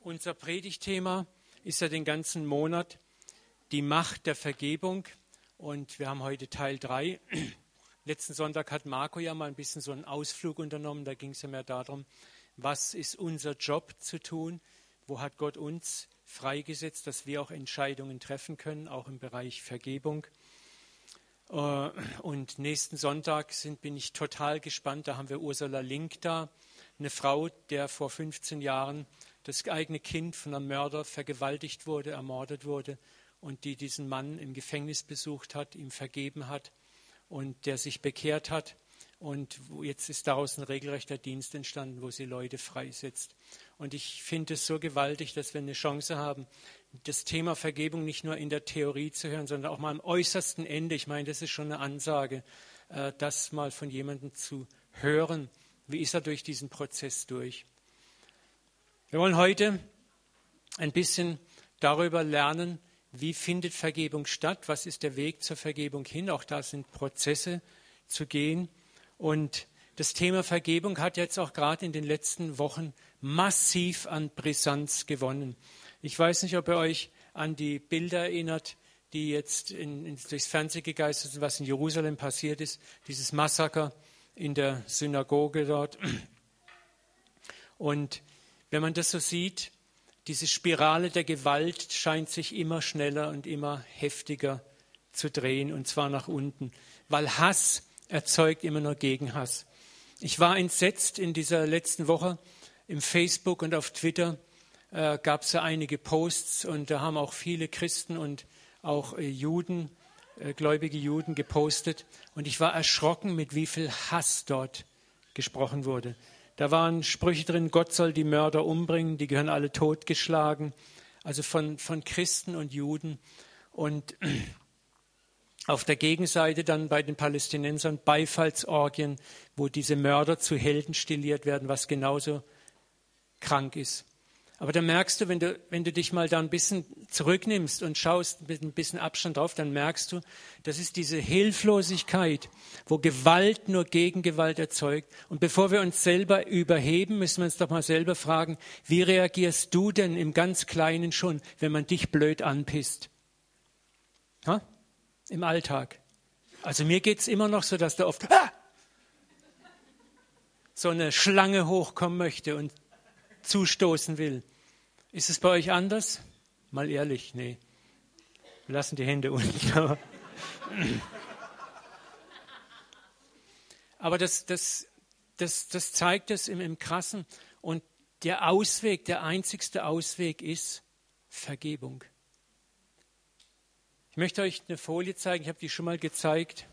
Unser Predigtthema ist ja den ganzen Monat die Macht der Vergebung und wir haben heute Teil 3. Letzten Sonntag hat Marco ja mal ein bisschen so einen Ausflug unternommen, da ging es ja mehr darum, was ist unser Job zu tun, wo hat Gott uns freigesetzt, dass wir auch Entscheidungen treffen können, auch im Bereich Vergebung. Und nächsten Sonntag bin ich total gespannt, da haben wir Ursula Link da, eine Frau, der vor 15 Jahren das eigene Kind von einem Mörder vergewaltigt wurde, ermordet wurde und die diesen Mann im Gefängnis besucht hat, ihm vergeben hat und der sich bekehrt hat. Und jetzt ist daraus ein regelrechter Dienst entstanden, wo sie Leute freisetzt. Und ich finde es so gewaltig, dass wir eine Chance haben, das Thema Vergebung nicht nur in der Theorie zu hören, sondern auch mal am äußersten Ende. Ich meine, das ist schon eine Ansage, das mal von jemandem zu hören. Wie ist er durch diesen Prozess durch? Wir wollen heute ein bisschen darüber lernen, wie findet Vergebung statt, was ist der Weg zur Vergebung hin. Auch da sind Prozesse zu gehen. Und das Thema Vergebung hat jetzt auch gerade in den letzten Wochen massiv an Brisanz gewonnen. Ich weiß nicht, ob ihr euch an die Bilder erinnert, die jetzt durchs Fernsehen gegeistert sind, was in Jerusalem passiert ist, dieses Massaker in der Synagoge dort. Und wenn man das so sieht, diese Spirale der Gewalt scheint sich immer schneller und immer heftiger zu drehen, und zwar nach unten, weil Hass erzeugt immer nur Gegenhass. Ich war entsetzt in dieser letzten Woche. Im Facebook und auf Twitter gab es ja einige Posts und da haben auch viele Christen und auch Juden, gläubige Juden gepostet. Und ich war erschrocken, mit wie viel Hass dort gesprochen wurde. Da waren Sprüche drin, Gott soll die Mörder umbringen, die gehören alle totgeschlagen. Also von Christen und Juden. Und auf der Gegenseite dann bei den Palästinensern Beifallsorgien, wo diese Mörder zu Helden stilisiert werden, was genauso krank ist. Aber da merkst du, wenn du dich mal da ein bisschen zurücknimmst und schaust mit ein bisschen Abstand drauf, dann merkst du, das ist diese Hilflosigkeit, wo Gewalt nur Gegengewalt erzeugt. Und bevor wir uns selber überheben, müssen wir uns doch mal selber fragen, wie reagierst du denn im ganz Kleinen schon, wenn man dich blöd anpisst? Ha? Im Alltag. Also mir geht es immer noch so, dass da oft so eine Schlange hochkommen möchte und zustoßen will. Ist es bei euch anders? Mal ehrlich, nee. Wir lassen die Hände unten. Aber das zeigt es im Krassen. Und der Ausweg, der einzigste Ausweg ist Vergebung. Ich möchte euch eine Folie zeigen, ich habe die schon mal gezeigt.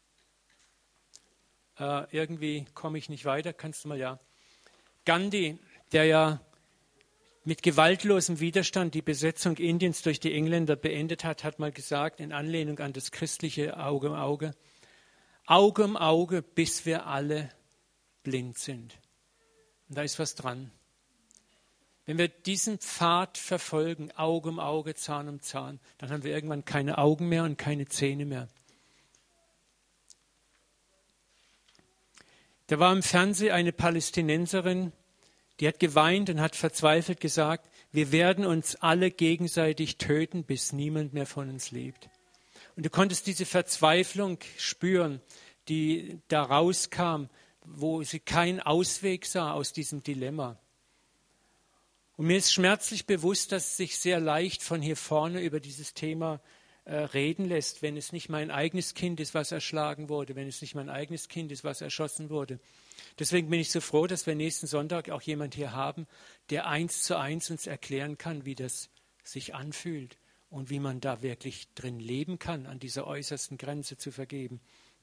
Irgendwie komme ich nicht weiter, kannst du mal, ja. Gandhi, der ja mit gewaltlosem Widerstand die Besetzung Indiens durch die Engländer beendet hat, hat mal gesagt, in Anlehnung an das christliche Auge um Auge, bis wir alle blind sind. Und da ist was dran. Wenn wir diesen Pfad verfolgen, Auge um Auge, Zahn um Zahn, dann haben wir irgendwann keine Augen mehr und keine Zähne mehr. Da war im Fernsehen eine Palästinenserin, die hat geweint und hat verzweifelt gesagt, wir werden uns alle gegenseitig töten, bis niemand mehr von uns lebt. Und du konntest diese Verzweiflung spüren, die da rauskam, wo sie keinen Ausweg sah aus diesem Dilemma. Und mir ist schmerzlich bewusst, dass es sich sehr leicht von hier vorne über dieses Thema reden lässt, wenn es nicht mein eigenes Kind ist, was erschlagen wurde, wenn es nicht mein eigenes Kind ist, was erschossen wurde. Deswegen bin ich so froh, dass wir nächsten Sonntag auch jemand hier haben, der 1:1 uns erklären kann, wie das sich anfühlt und wie man da wirklich drin leben kann, an dieser äußersten Grenze zu vergeben.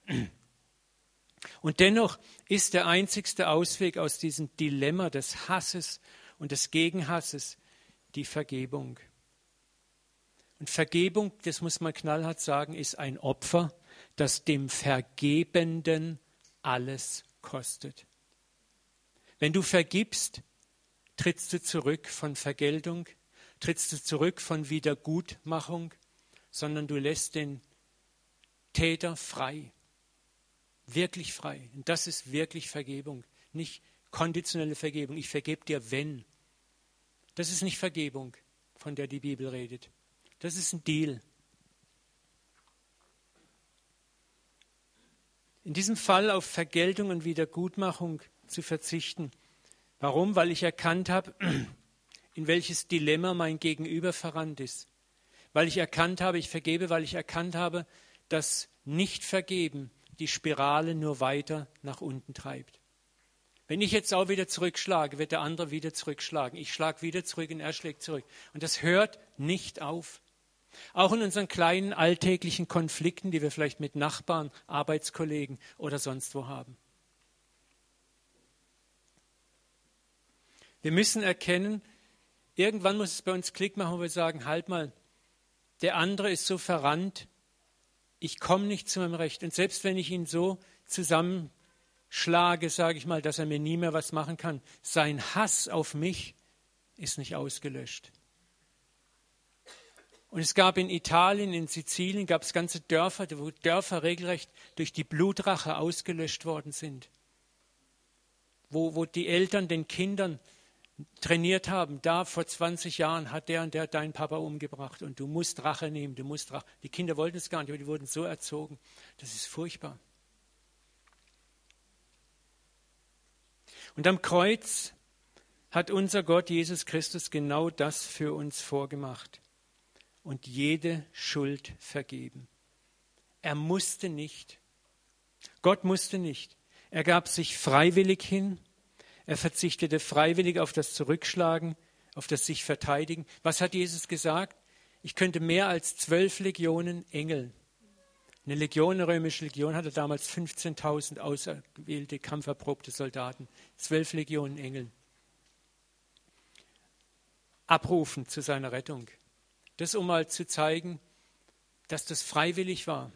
Und dennoch ist der einzigste Ausweg aus diesem Dilemma des Hasses und des Gegenhasses die Vergebung. Und Vergebung, das muss man knallhart sagen, ist ein Opfer, das dem Vergebenden alles kostet. Wenn du vergibst, trittst du zurück von Vergeltung, trittst du zurück von Wiedergutmachung, sondern du lässt den Täter frei. Wirklich frei. Und das ist wirklich Vergebung, nicht konditionelle Vergebung. Ich vergebe dir, wenn. Das ist nicht Vergebung, von der die Bibel redet. Das ist ein Deal. In diesem Fall auf Vergeltung und Wiedergutmachung zu verzichten. Warum? Weil ich erkannt habe, in welches Dilemma mein Gegenüber verrannt ist. Weil ich erkannt habe, ich vergebe, weil ich erkannt habe, dass Nicht-Vergeben die Spirale nur weiter nach unten treibt. Wenn ich jetzt auch wieder zurückschlage, wird der andere wieder zurückschlagen. Ich schlage wieder zurück und er schlägt zurück. Und das hört nicht auf. Auch in unseren kleinen alltäglichen Konflikten, die wir vielleicht mit Nachbarn, Arbeitskollegen oder sonst wo haben. Wir müssen erkennen, irgendwann muss es bei uns Klick machen, wo wir sagen, halt mal, der andere ist so verrannt, ich komme nicht zu meinem Recht. Und selbst wenn ich ihn so zusammenschlage, sage ich mal, dass er mir nie mehr was machen kann, sein Hass auf mich ist nicht ausgelöscht. Und es gab in Italien, in Sizilien, gab es ganze Dörfer, wo Dörfer regelrecht durch die Blutrache ausgelöscht worden sind. Wo die Eltern den Kindern trainiert haben, da vor 20 Jahren hat der und der deinen Papa umgebracht und du musst Rache nehmen, du musst Rache. Die Kinder wollten es gar nicht, aber die wurden so erzogen. Das ist furchtbar. Und am Kreuz hat unser Gott Jesus Christus genau das für uns vorgemacht und jede Schuld vergeben. Er musste nicht. Gott musste nicht. Er gab sich freiwillig hin. Er verzichtete freiwillig auf das Zurückschlagen, auf das sich verteidigen. Was hat Jesus gesagt? Ich könnte mehr als 12 Legionen Engel. Eine Legion, eine römische Legion, hatte damals 15.000 auserwählte, kampferprobte Soldaten. 12 Legionen Engel. Abrufen zu seiner Rettung. Das, um mal zu zeigen, dass das freiwillig war.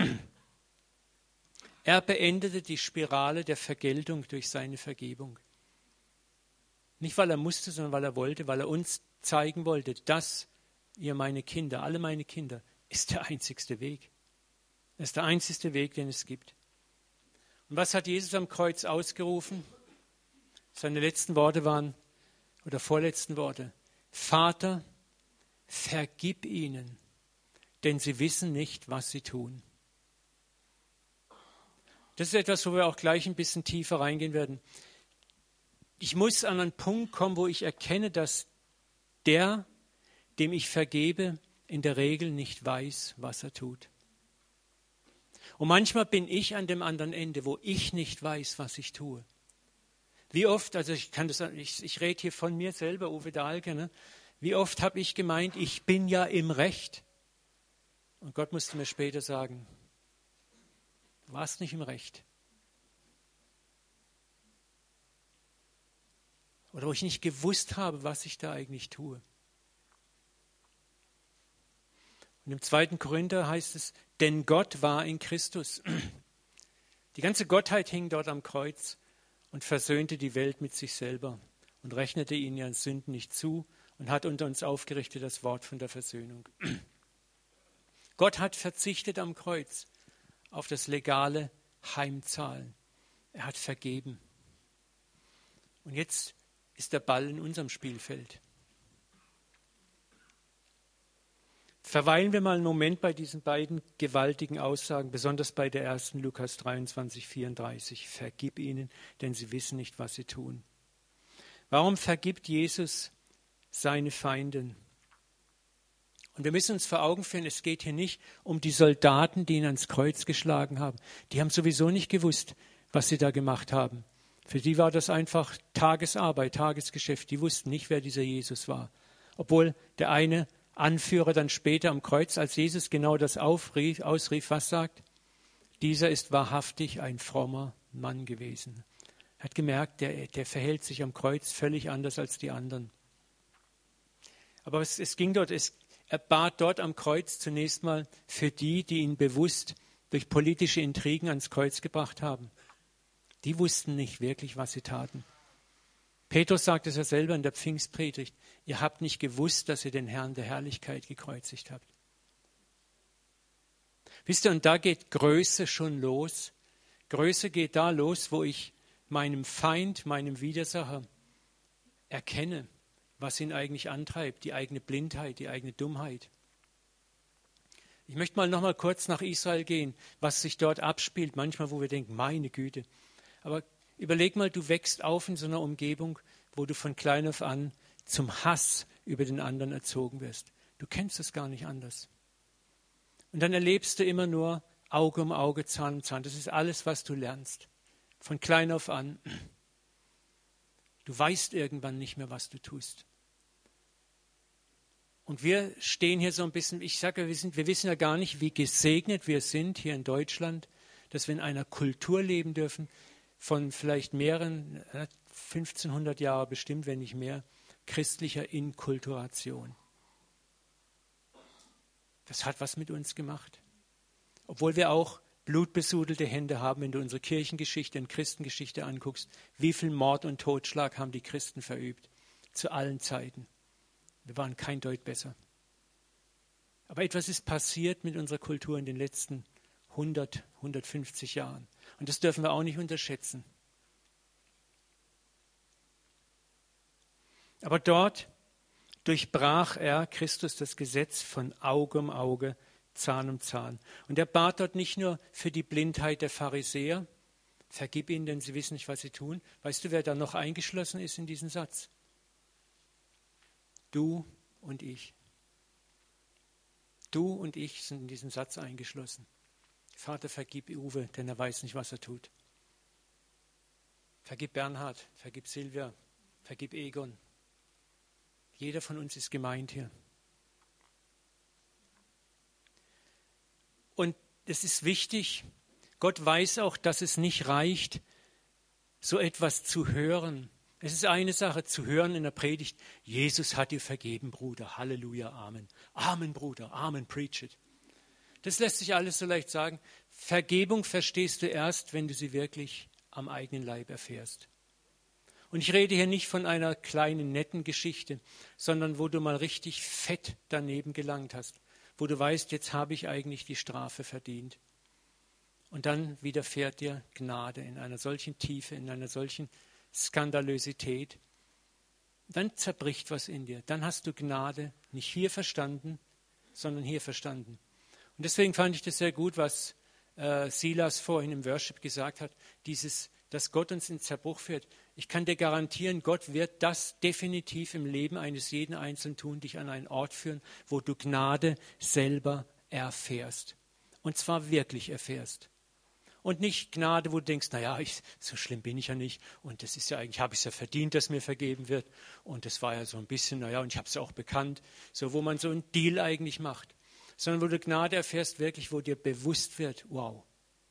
Er beendete die Spirale der Vergeltung durch seine Vergebung. Nicht, weil er musste, sondern weil er wollte, weil er uns zeigen wollte, dass ihr meine Kinder, alle meine Kinder, ist der einzigste Weg. Das ist der einzigste Weg, den es gibt. Und was hat Jesus am Kreuz ausgerufen? Seine letzten Worte waren, oder vorletzten Worte, Vater, vergib ihnen, denn sie wissen nicht, was sie tun. Das ist etwas, wo wir auch gleich ein bisschen tiefer reingehen werden. Ich muss an einen Punkt kommen, wo ich erkenne, dass der, dem ich vergebe, in der Regel nicht weiß, was er tut. Und manchmal bin ich an dem anderen Ende, wo ich nicht weiß, was ich tue. Wie oft, also ich rede hier von mir selber, Uwe Dahlke, ne? Wie oft habe ich gemeint, ich bin ja im Recht. Und Gott musste mir später sagen, du warst nicht im Recht. Oder wo ich nicht gewusst habe, was ich da eigentlich tue. Und im 2. Korinther heißt es, denn Gott war in Christus. Die ganze Gottheit hing dort am Kreuz und versöhnte die Welt mit sich selber und rechnete ihnen ihren Sünden nicht zu und hat unter uns aufgerichtet das Wort von der Versöhnung. Gott hat verzichtet am Kreuz auf das legale Heimzahlen. Er hat vergeben. Und jetzt ist der Ball in unserem Spielfeld. Verweilen wir mal einen Moment bei diesen beiden gewaltigen Aussagen, besonders bei der ersten, Lukas 23, 34. Vergib ihnen, denn sie wissen nicht, was sie tun. Warum vergibt Jesus seine Feinden? Und wir müssen uns vor Augen führen, es geht hier nicht um die Soldaten, die ihn ans Kreuz geschlagen haben. Die haben sowieso nicht gewusst, was sie da gemacht haben. Für die war das einfach Tagesarbeit, Tagesgeschäft. Die wussten nicht, wer dieser Jesus war. Obwohl der eine Anführer dann später am Kreuz, als Jesus genau das ausrief, was sagt? Dieser ist wahrhaftig ein frommer Mann gewesen. Er hat gemerkt, der verhält sich am Kreuz völlig anders als die anderen. Aber es ging dort, er bat dort am Kreuz zunächst mal für die ihn bewusst durch politische Intrigen ans Kreuz gebracht haben. Die wussten nicht wirklich, was sie taten. Petrus sagt es ja selber in der Pfingstpredigt. Ihr habt nicht gewusst, dass ihr den Herrn der Herrlichkeit gekreuzigt habt. Wisst ihr, und da geht Größe schon los. Größe geht da los, wo ich meinem Feind, meinem Widersacher erkenne, was ihn eigentlich antreibt, die eigene Blindheit, die eigene Dummheit. Ich möchte mal noch mal kurz nach Israel gehen, was sich dort abspielt, manchmal, wo wir denken, meine Güte. Aber überleg mal, du wächst auf in so einer Umgebung, wo du von klein auf an zum Hass über den anderen erzogen wirst. Du kennst es gar nicht anders. Und dann erlebst du immer nur Auge um Auge, Zahn um Zahn. Das ist alles, was du lernst. Von klein auf an. Du weißt irgendwann nicht mehr, was du tust. Und wir stehen hier so ein bisschen, ich sage, wir wissen ja gar nicht, wie gesegnet wir sind hier in Deutschland, dass wir in einer Kultur leben dürfen, von vielleicht mehreren, 1500 Jahre bestimmt, wenn nicht mehr, christlicher Inkulturation. Das hat was mit uns gemacht. Obwohl wir auch blutbesudelte Hände haben, wenn du unsere Kirchengeschichte und Christengeschichte anguckst, wie viel Mord und Totschlag haben die Christen verübt, zu allen Zeiten. Wir waren kein Deut besser. Aber etwas ist passiert mit unserer Kultur in den letzten 100, 150 Jahren. Und das dürfen wir auch nicht unterschätzen. Aber dort durchbrach er, Christus, das Gesetz von Auge um Auge, Zahn um Zahn. Und er bat dort nicht nur für die Blindheit der Pharisäer, vergib ihnen, denn sie wissen nicht, was sie tun. Weißt du, wer da noch eingeschlossen ist in diesen Satz? Du und ich. Du und ich sind in diesen Satz eingeschlossen. Vater, vergib Uwe, denn er weiß nicht, was er tut. Vergib Bernhard, vergib Silvia, vergib Egon. Jeder von uns ist gemeint hier. Und es ist wichtig, Gott weiß auch, dass es nicht reicht, so etwas zu hören. Es ist eine Sache zu hören in der Predigt, Jesus hat dir vergeben, Bruder, Halleluja, Amen. Amen, Bruder, Amen, preach it. Das lässt sich alles so leicht sagen. Vergebung verstehst du erst, wenn du sie wirklich am eigenen Leib erfährst. Und ich rede hier nicht von einer kleinen, netten Geschichte, sondern wo du mal richtig fett daneben gelangt hast, wo du weißt, jetzt habe ich eigentlich die Strafe verdient. Und dann widerfährt dir Gnade in einer solchen Tiefe, in einer solchen Skandalösität. Dann zerbricht was in dir. Dann hast du Gnade nicht hier verstanden, sondern hier verstanden. Und deswegen fand ich das sehr gut, was Silas vorhin im Worship gesagt hat, dass Gott uns in Zerbruch führt. Ich kann dir garantieren, Gott wird das definitiv im Leben eines jeden Einzelnen tun, dich an einen Ort führen, wo du Gnade selber erfährst. Und zwar wirklich erfährst. Und nicht Gnade, wo du denkst, naja, so schlimm bin ich ja nicht. Und das ist ja eigentlich, habe ich es ja verdient, dass mir vergeben wird. Und das war ja so ein bisschen, naja, und ich habe es ja auch bekannt. So, wo man so einen Deal eigentlich macht. Sondern wo du Gnade erfährst, wirklich, wo dir bewusst wird, wow,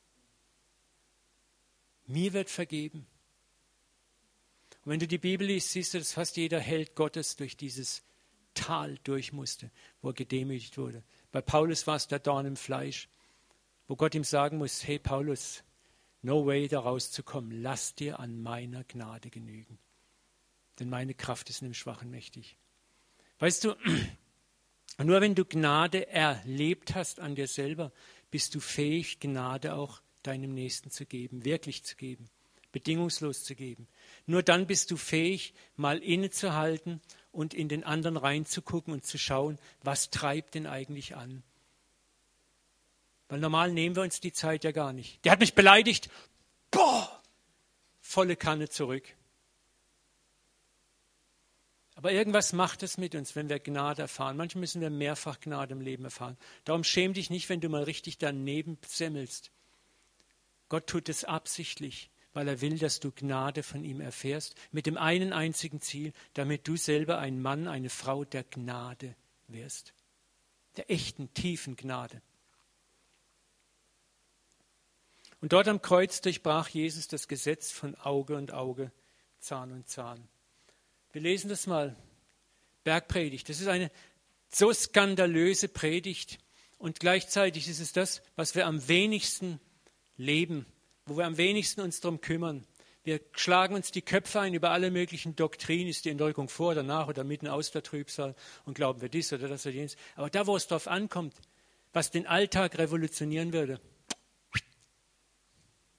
mir wird vergeben. Und wenn du die Bibel liest, siehst du, dass fast jeder Held Gottes durch dieses Tal durch musste, wo er gedemütigt wurde. Bei Paulus war es der Dorn im Fleisch, wo Gott ihm sagen muss, hey Paulus, no way da rauszukommen, lass dir an meiner Gnade genügen. Denn meine Kraft ist in dem Schwachen mächtig. Weißt du, nur wenn du Gnade erlebt hast an dir selber, bist du fähig, Gnade auch deinem Nächsten zu geben, wirklich zu geben, bedingungslos zu geben. Nur dann bist du fähig, mal innezuhalten und in den anderen reinzugucken und zu schauen, was treibt denn eigentlich an. Weil normal nehmen wir uns die Zeit ja gar nicht. Der hat mich beleidigt, boah, volle Kanne zurück. Aber irgendwas macht es mit uns, wenn wir Gnade erfahren. Manchmal müssen wir mehrfach Gnade im Leben erfahren. Darum schäm dich nicht, wenn du mal richtig daneben semmelst. Gott tut es absichtlich, weil er will, dass du Gnade von ihm erfährst, mit dem einen einzigen Ziel, damit du selber ein Mann, eine Frau der Gnade wirst. Der echten, tiefen Gnade. Und dort am Kreuz durchbrach Jesus das Gesetz von Auge und Auge, Zahn und Zahn. Wir lesen das mal. Bergpredigt. Das ist eine so skandalöse Predigt. Und gleichzeitig ist es das, was wir am wenigsten leben, wo wir am wenigsten uns darum kümmern. Wir schlagen uns die Köpfe ein über alle möglichen Doktrinen. Ist die Entrückung vor oder nach oder mitten aus der Trübsal und glauben wir dies oder das oder jenes. Aber da, wo es drauf ankommt, was den Alltag revolutionieren würde,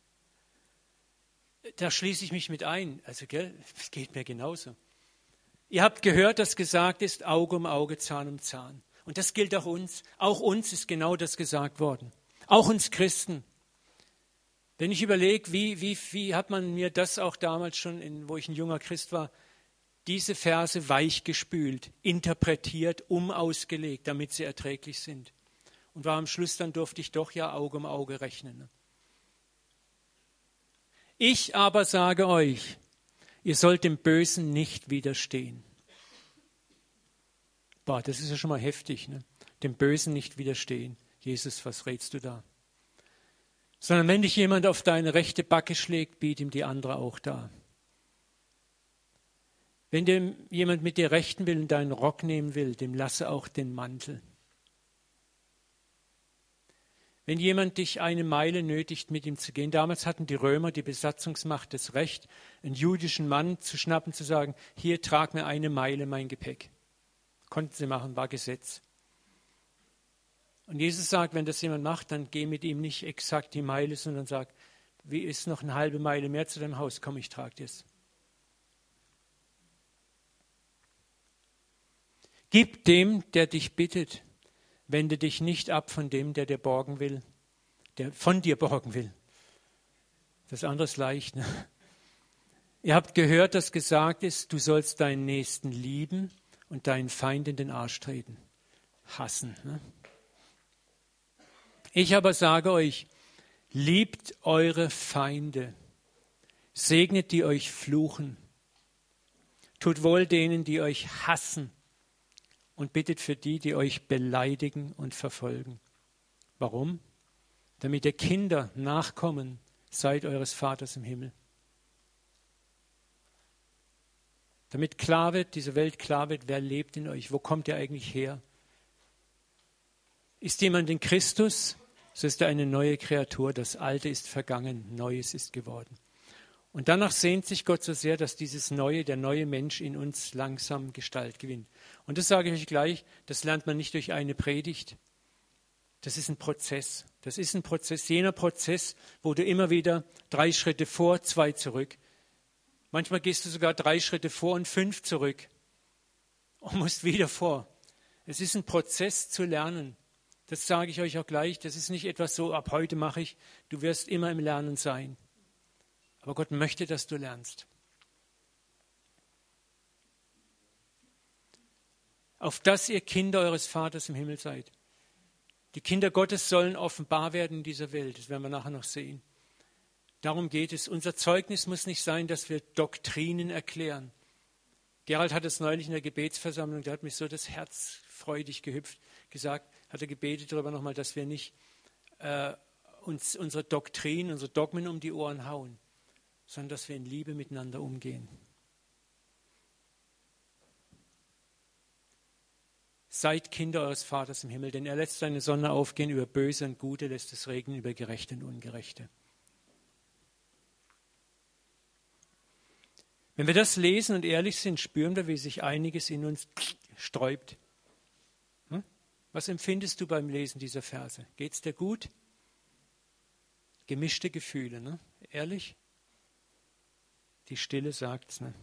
da schließe ich mich mit ein. Also, gell, es geht mir genauso. Ihr habt gehört, dass gesagt ist, Auge um Auge, Zahn um Zahn. Und das gilt auch uns. Auch uns ist genau das gesagt worden. Auch uns Christen. Wenn ich überlege, wie hat man mir das auch damals schon, wo ich ein junger Christ war, diese Verse weichgespült, interpretiert, ausgelegt, damit sie erträglich sind. Und war am Schluss, dann durfte ich doch ja Auge um Auge rechnen. Ich aber sage euch, ihr sollt dem Bösen nicht widerstehen. Boah, das ist ja schon mal heftig, ne? Dem Bösen nicht widerstehen. Jesus, was redest du da? Sondern wenn dich jemand auf deine rechte Backe schlägt, biet ihm die andere auch dar. Wenn dir jemand mit dir rechten will und deinen Rock nehmen will, dem lasse auch den Mantel. Wenn jemand dich eine Meile nötigt, mit ihm zu gehen, damals hatten die Römer, die Besatzungsmacht, das Recht, einen jüdischen Mann zu schnappen, zu sagen, hier, trag mir eine Meile mein Gepäck. Konnten sie machen, war Gesetz. Und Jesus sagt, wenn das jemand macht, dann geh mit ihm nicht exakt die Meile, sondern sag, wie ist noch eine halbe Meile mehr zu deinem Haus? Komm, ich trage dir's. Gib dem, der dich bittet. Wende dich nicht ab von dem, der dir borgen will, der von dir borgen will. Das andere ist leicht. Ne? Ihr habt gehört, dass gesagt ist, du sollst deinen Nächsten lieben und deinen Feind in den Arsch treten. Hassen. Ne? Ich aber sage euch, liebt eure Feinde, segnet die euch fluchen, tut wohl denen, die euch hassen, und bittet für die, die euch beleidigen und verfolgen. Warum? Damit ihr Kinder, Nachkommen seid eures Vaters im Himmel. Damit klar wird, diese Welt klar wird, wer lebt in euch, wo kommt ihr eigentlich her? Ist jemand in Christus, so ist er eine neue Kreatur, das Alte ist vergangen, Neues ist geworden. Und danach sehnt sich Gott so sehr, dass dieses Neue, der neue Mensch in uns langsam Gestalt gewinnt. Und das sage ich euch gleich, das lernt man nicht durch eine Predigt. Das ist ein Prozess. Das ist ein Prozess, jener Prozess, wo du immer wieder 3 Schritte vor, 2 zurück. Manchmal gehst du sogar 3 Schritte vor und 5 zurück und musst wieder vor. Es ist ein Prozess zu lernen. Das sage ich euch auch gleich. Das ist nicht etwas so, ab heute mache ich. Du wirst immer im Lernen sein. Aber Gott möchte, dass du lernst. Auf dass ihr Kinder eures Vaters im Himmel seid. Die Kinder Gottes sollen offenbar werden in dieser Welt. Das werden wir nachher noch sehen. Darum geht es. Unser Zeugnis muss nicht sein, dass wir Doktrinen erklären. Gerald hat es neulich in der Gebetsversammlung, der hat mich so das Herz freudig gehüpft, gesagt, hat er gebetet darüber nochmal, dass wir nicht uns unsere Doktrinen, unsere Dogmen um die Ohren hauen, sondern dass wir in Liebe miteinander umgehen. Seid Kinder eures Vaters im Himmel, denn er lässt seine Sonne aufgehen über Böse und Gute, lässt es regnen über Gerechte und Ungerechte. Wenn wir das lesen und ehrlich sind, spüren wir, wie sich einiges in uns sträubt. Was empfindest du beim Lesen dieser Verse? Geht es dir gut? Gemischte Gefühle, ne? Ehrlich? Die Stille sagt's, ne?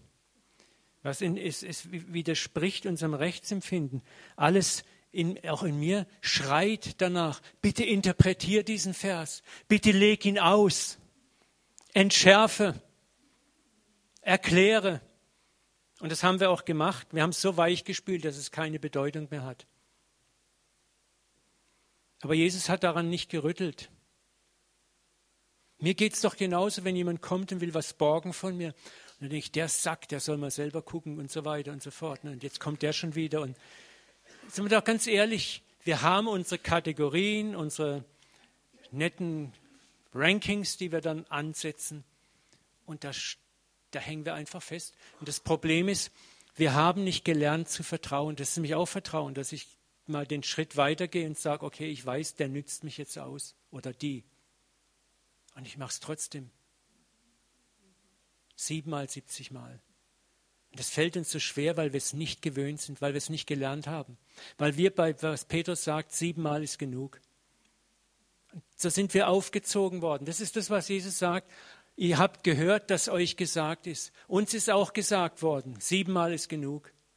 Es widerspricht unserem Rechtsempfinden. Alles, auch in mir, schreit danach. Bitte interpretier diesen Vers. Bitte leg ihn aus. Entschärfe. Erkläre. Und das haben wir auch gemacht. Wir haben es so weich gespült, dass es keine Bedeutung mehr hat. Aber Jesus hat daran nicht gerüttelt. Mir geht es doch genauso, wenn jemand kommt und will was borgen von mir. Und dann denke ich, der Sack, der soll mal selber gucken und so weiter und so fort. Und jetzt kommt der schon wieder. Und sind wir doch ganz ehrlich, wir haben unsere Kategorien, unsere netten Rankings, die wir dann ansetzen. Und da hängen wir einfach fest. Und das Problem ist, wir haben nicht gelernt zu vertrauen. Das ist nämlich auch Vertrauen, dass ich mal den Schritt weitergehe und sage, okay, ich weiß, der nützt mich jetzt aus oder die. Und ich mache es trotzdem. 7-mal, 70-mal. Und das fällt uns so schwer, weil wir es nicht gewöhnt sind, weil wir es nicht gelernt haben. Weil wir was Petrus sagt, 7-mal ist genug. Und so sind wir aufgezogen worden. Das ist das, was Jesus sagt. Ihr habt gehört, dass euch gesagt ist. Uns ist auch gesagt worden, 7-mal ist genug.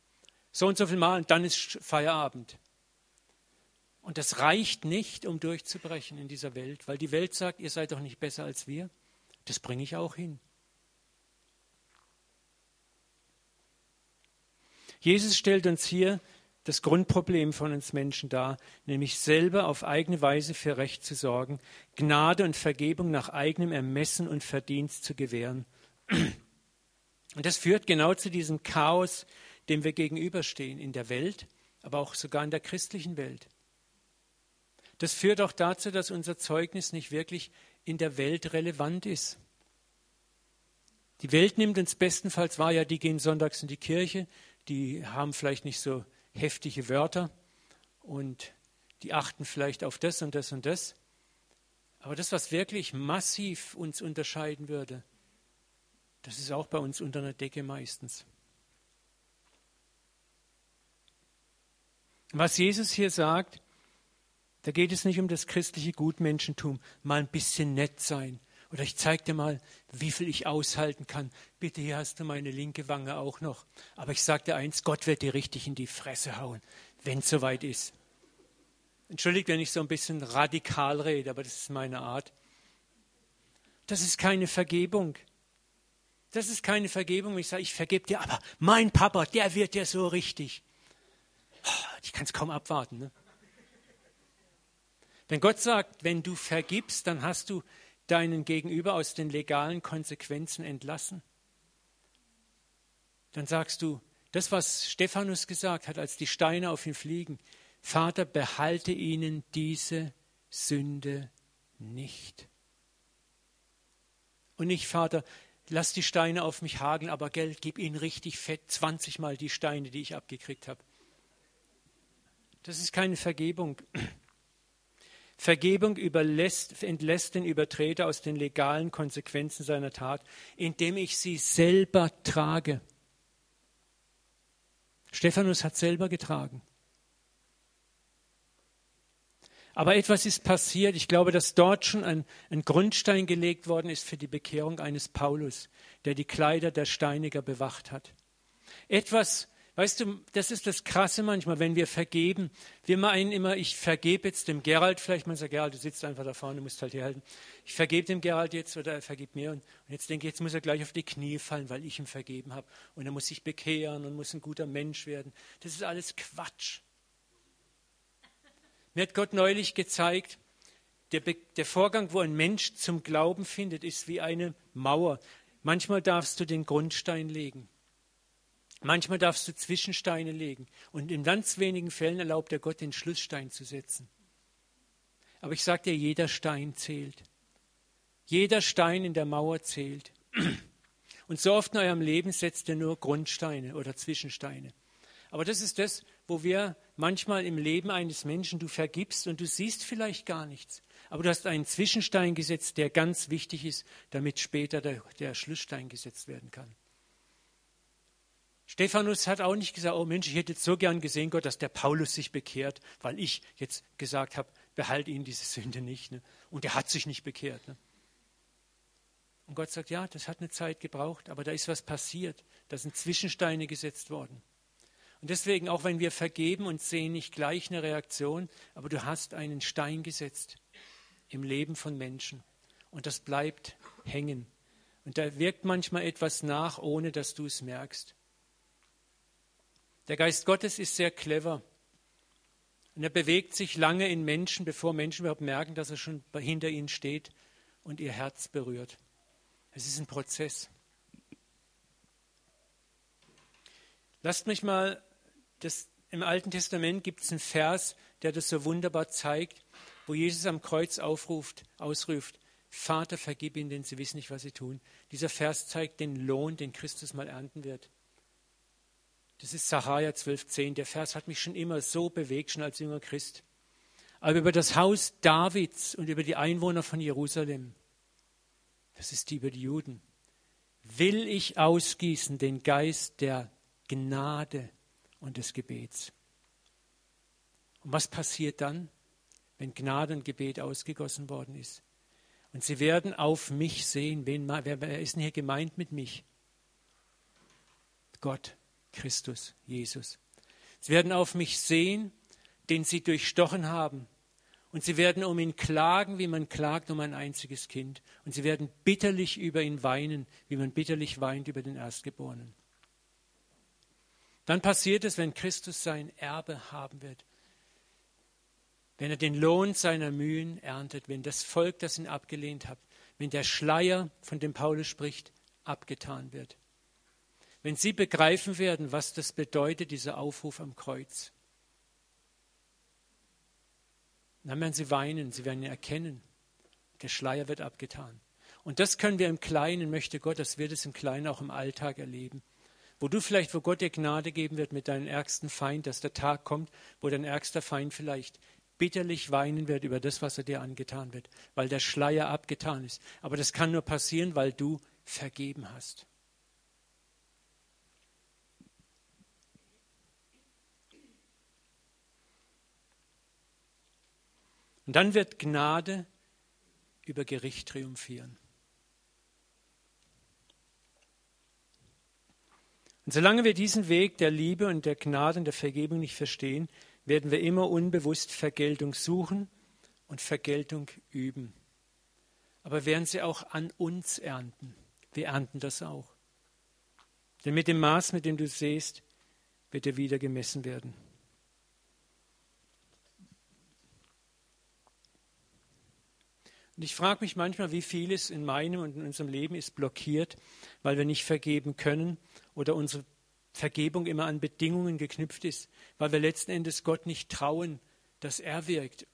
So und so viel Mal und dann ist Feierabend. Und das reicht nicht, um durchzubrechen in dieser Welt, weil die Welt sagt, ihr seid doch nicht besser als wir. Das bringe ich auch hin. Jesus stellt uns hier das Grundproblem von uns Menschen dar, nämlich selber auf eigene Weise für Recht zu sorgen, Gnade und Vergebung nach eigenem Ermessen und Verdienst zu gewähren. Und das führt genau zu diesem Chaos, dem wir gegenüberstehen in der Welt, aber auch sogar in der christlichen Welt. Das führt auch dazu, dass unser Zeugnis nicht wirklich in der Welt relevant ist. Die Welt nimmt uns bestenfalls wahr, ja, die gehen sonntags in die Kirche, die haben vielleicht nicht so heftige Wörter und die achten vielleicht auf das und das und das. Aber das, was wirklich massiv uns unterscheiden würde, das ist auch bei uns unter einer Decke meistens. Was Jesus hier sagt, da geht es nicht um das christliche Gutmenschentum, mal ein bisschen nett sein. Oder ich zeige dir mal, wie viel ich aushalten kann. Bitte, hier hast du meine linke Wange auch noch. Aber ich sage dir eins, Gott wird dir richtig in die Fresse hauen, wenn es soweit ist. Entschuldigt, wenn ich so ein bisschen radikal rede, aber das ist meine Art. Das ist keine Vergebung. Das ist keine Vergebung, wenn ich sage, ich vergebe dir, aber mein Papa, der wird dir so richtig. Ich kann es kaum abwarten, ne? Wenn Gott sagt, wenn du vergibst, dann hast du deinen Gegenüber aus den legalen Konsequenzen entlassen. Dann sagst du, das, was Stephanus gesagt hat, als die Steine auf ihn fliegen, Vater, behalte ihnen diese Sünde nicht. Und nicht, Vater, lass die Steine auf mich hageln, aber Geld, gib ihnen richtig fett, 20 Mal die Steine, die ich abgekriegt habe. Das ist keine Vergebung. Vergebung entlässt den Übertreter aus den legalen Konsequenzen seiner Tat, indem ich sie selber trage. Stephanus hat selber getragen. Aber etwas ist passiert. Ich glaube, dass dort schon ein Grundstein gelegt worden ist für die Bekehrung eines Paulus, der die Kleider der Steiniger bewacht hat. Etwas, weißt du, das ist das Krasse manchmal, wenn wir vergeben. Wir meinen immer, ich vergebe jetzt dem Gerald, vielleicht man sagt, Gerald, du sitzt einfach da vorne, du musst halt herhalten. Ich vergebe dem Gerald jetzt oder er vergibt mir. Und jetzt denke ich, jetzt muss er gleich auf die Knie fallen, weil ich ihm vergeben habe. Und er muss sich bekehren und muss ein guter Mensch werden. Das ist alles Quatsch. Mir hat Gott neulich gezeigt, der Vorgang, wo ein Mensch zum Glauben findet, ist wie eine Mauer. Manchmal darfst du den Grundstein legen. Manchmal darfst du Zwischensteine legen. Und in ganz wenigen Fällen erlaubt der Gott, den Schlussstein zu setzen. Aber ich sage dir, jeder Stein zählt. Jeder Stein in der Mauer zählt. Und so oft in eurem Leben setzt ihr nur Grundsteine oder Zwischensteine. Aber das ist das, wo wir manchmal im Leben eines Menschen, du vergibst und du siehst vielleicht gar nichts. Aber du hast einen Zwischenstein gesetzt, der ganz wichtig ist, damit später der Schlussstein gesetzt werden kann. Stephanus hat auch nicht gesagt, oh Mensch, ich hätte jetzt so gern gesehen, Gott, dass der Paulus sich bekehrt, weil ich jetzt gesagt habe, behalte ihn diese Sünde nicht. Ne? Und er hat sich nicht bekehrt. Ne? Und Gott sagt, ja, das hat eine Zeit gebraucht, aber da ist was passiert. Da sind Zwischensteine gesetzt worden. Und deswegen, auch wenn wir vergeben und sehen nicht gleich eine Reaktion, aber du hast einen Stein gesetzt im Leben von Menschen. Und das bleibt hängen. Und da wirkt manchmal etwas nach, ohne dass du es merkst. Der Geist Gottes ist sehr clever. Und er bewegt sich lange in Menschen, bevor Menschen überhaupt merken, dass er schon hinter ihnen steht und ihr Herz berührt. Es ist ein Prozess. Lasst mich mal, im Alten Testament gibt es einen Vers, der das so wunderbar zeigt, wo Jesus am Kreuz ausruft, Vater, vergib ihnen, denn sie wissen nicht, was sie tun. Dieser Vers zeigt den Lohn, den Christus mal ernten wird. Das ist Sacharja 12,10. Der Vers hat mich schon immer so bewegt, schon als junger Christ. Aber über das Haus Davids und über die Einwohner von Jerusalem, das ist über die Juden, will ich ausgießen den Geist der Gnade und des Gebets. Und was passiert dann, wenn Gnade und Gebet ausgegossen worden ist? Und sie werden auf mich sehen. Wer ist denn hier gemeint mit mich? Gott, Christus, Jesus. Sie werden auf mich sehen, den sie durchstochen haben. Und sie werden um ihn klagen, wie man klagt um ein einziges Kind. Und sie werden bitterlich über ihn weinen, wie man bitterlich weint über den Erstgeborenen. Dann passiert es, wenn Christus sein Erbe haben wird. Wenn er den Lohn seiner Mühen erntet, wenn das Volk, das ihn abgelehnt hat, wenn der Schleier, von dem Paulus spricht, abgetan wird. Wenn sie begreifen werden, was das bedeutet, dieser Aufruf am Kreuz. Dann werden sie weinen, sie werden ihn erkennen. Der Schleier wird abgetan. Und das können wir im Kleinen, möchte Gott, dass wir das im Kleinen auch im Alltag erleben. Wo Gott dir Gnade geben wird mit deinem ärgsten Feind, dass der Tag kommt, wo dein ärgster Feind vielleicht bitterlich weinen wird über das, was er dir angetan wird, weil der Schleier abgetan ist. Aber das kann nur passieren, weil du vergeben hast. Und dann wird Gnade über Gericht triumphieren. Und solange wir diesen Weg der Liebe und der Gnade und der Vergebung nicht verstehen, werden wir immer unbewusst Vergeltung suchen und Vergeltung üben. Aber werden sie auch an uns ernten. Wir ernten das auch. Denn mit dem Maß, mit dem du sähst, wird dir wieder gemessen werden. Und ich frage mich manchmal, wie vieles in meinem und in unserem Leben ist blockiert, weil wir nicht vergeben können oder unsere Vergebung immer an Bedingungen geknüpft ist, weil wir letzten Endes Gott nicht trauen, dass er wirkt.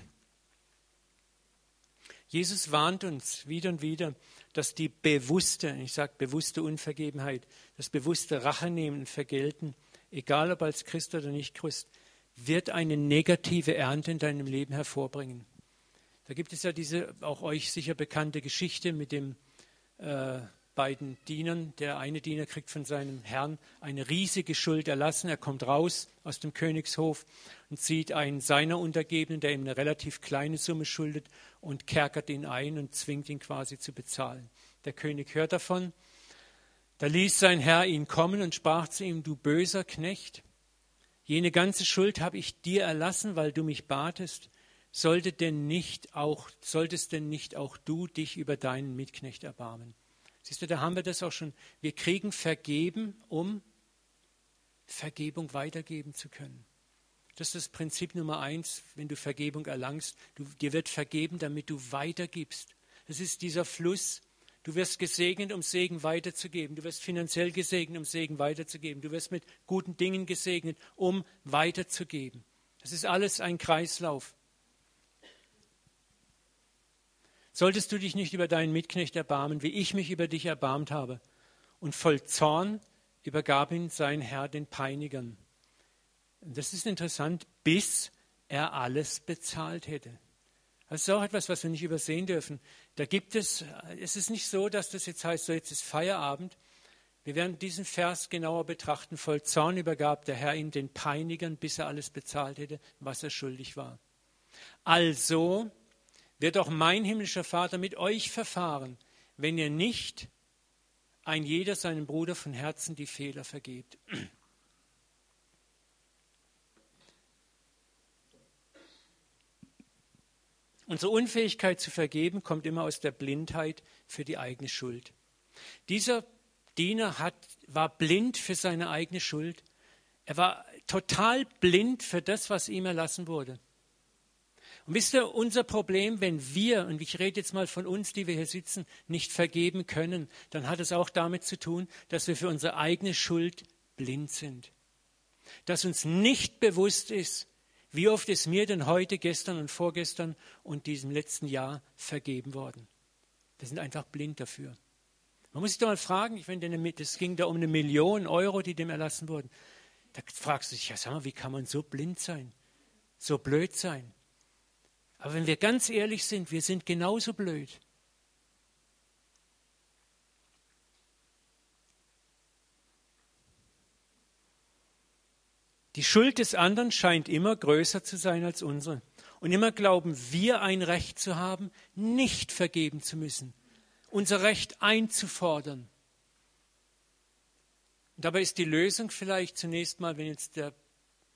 Jesus warnt uns wieder und wieder, dass die bewusste, ich sage bewusste Unvergebenheit, das bewusste Rachenehmen und Vergelten, egal ob als Christ oder nicht Christ, wird eine negative Ernte in deinem Leben hervorbringen. Da gibt es ja diese auch euch sicher bekannte Geschichte mit den beiden Dienern. Der eine Diener kriegt von seinem Herrn eine riesige Schuld erlassen. Er kommt raus aus dem Königshof und sieht einen seiner Untergebenen, der ihm eine relativ kleine Summe schuldet, und kerkert ihn ein und zwingt ihn quasi zu bezahlen. Der König hört davon. Da ließ sein Herr ihn kommen und sprach zu ihm: Du böser Knecht, jene ganze Schuld habe ich dir erlassen, weil du mich batest. Solltest denn nicht auch du dich über deinen Mitknecht erbarmen? Siehst du, da haben wir das auch schon. Wir kriegen vergeben, um Vergebung weitergeben zu können. Das ist das Prinzip Nummer 1, wenn du Vergebung erlangst. Dir wird vergeben, damit du weitergibst. Das ist dieser Fluss. Du wirst gesegnet, um Segen weiterzugeben. Du wirst finanziell gesegnet, um Segen weiterzugeben. Du wirst mit guten Dingen gesegnet, um weiterzugeben. Das ist alles ein Kreislauf. Solltest du dich nicht über deinen Mitknecht erbarmen, wie ich mich über dich erbarmt habe? Und voll Zorn übergab ihn sein Herr den Peinigern. Und das ist interessant, bis er alles bezahlt hätte. Das ist auch etwas, was wir nicht übersehen dürfen. Es ist nicht so, dass das jetzt heißt, so jetzt ist Feierabend. Wir werden diesen Vers genauer betrachten. Voll Zorn übergab der Herr ihn den Peinigern, bis er alles bezahlt hätte, was er schuldig war. Also wird auch mein himmlischer Vater mit euch verfahren, wenn ihr nicht ein jeder seinem Bruder von Herzen die Fehler vergebt. Unsere Unfähigkeit zu vergeben kommt immer aus der Blindheit für die eigene Schuld. Dieser Diener war blind für seine eigene Schuld. Er war total blind für das, was ihm erlassen wurde. Und wisst ihr, unser Problem, wenn wir, und ich rede jetzt mal von uns, die wir hier sitzen, nicht vergeben können, dann hat es auch damit zu tun, dass wir für unsere eigene Schuld blind sind. Dass uns nicht bewusst ist, wie oft ist mir denn heute, gestern und vorgestern und diesem letzten Jahr vergeben worden. Wir sind einfach blind dafür. Man muss sich doch mal fragen, es ging da um 1 Million Euro, die dem erlassen wurden. Da fragst du dich, ja, sag mal, wie kann man so blind sein, so blöd sein? Aber wenn wir ganz ehrlich sind, wir sind genauso blöd. Die Schuld des anderen scheint immer größer zu sein als unsere. Und immer glauben wir ein Recht zu haben, nicht vergeben zu müssen, unser Recht einzufordern. Und dabei ist die Lösung vielleicht zunächst mal, wenn jetzt der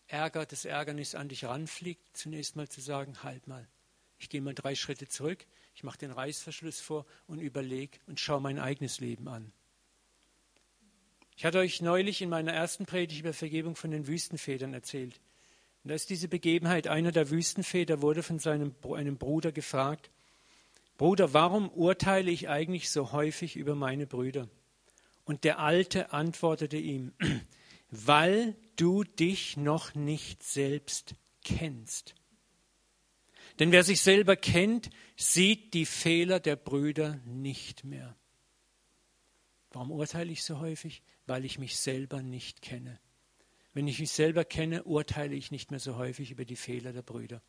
das Ärgernis an dich ranfliegt, zunächst mal zu sagen, halt mal, ich gehe mal 3 Schritte zurück, ich mache den Reißverschluss vor und überlege und schaue mein eigenes Leben an. Ich hatte euch neulich in meiner ersten Predigt über Vergebung von den Wüstenvätern erzählt. Und da ist diese Begebenheit, einer der Wüstenväter wurde von einem Bruder gefragt, Bruder, warum urteile ich eigentlich so häufig über meine Brüder? Und der Alte antwortete ihm, weil du dich noch nicht selbst kennst. Denn wer sich selber kennt, sieht die Fehler der Brüder nicht mehr. Warum urteile ich so häufig? Weil ich mich selber nicht kenne. Wenn ich mich selber kenne, urteile ich nicht mehr so häufig über die Fehler der Brüder.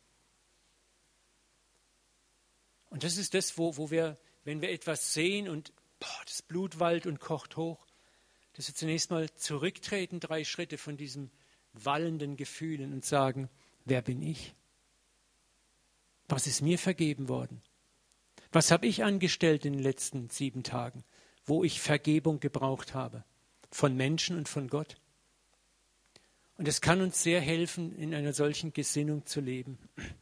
Und das ist das, wo wir, wenn wir etwas sehen und das Blut wallt und kocht hoch, dass wir zunächst mal zurücktreten, 3 Schritte von diesen wallenden Gefühlen und sagen, wer bin ich? Was ist mir vergeben worden? Was habe ich angestellt in den letzten 7 Tagen, wo ich Vergebung gebraucht habe? Von Menschen und von Gott. Und es kann uns sehr helfen, in einer solchen Gesinnung zu leben.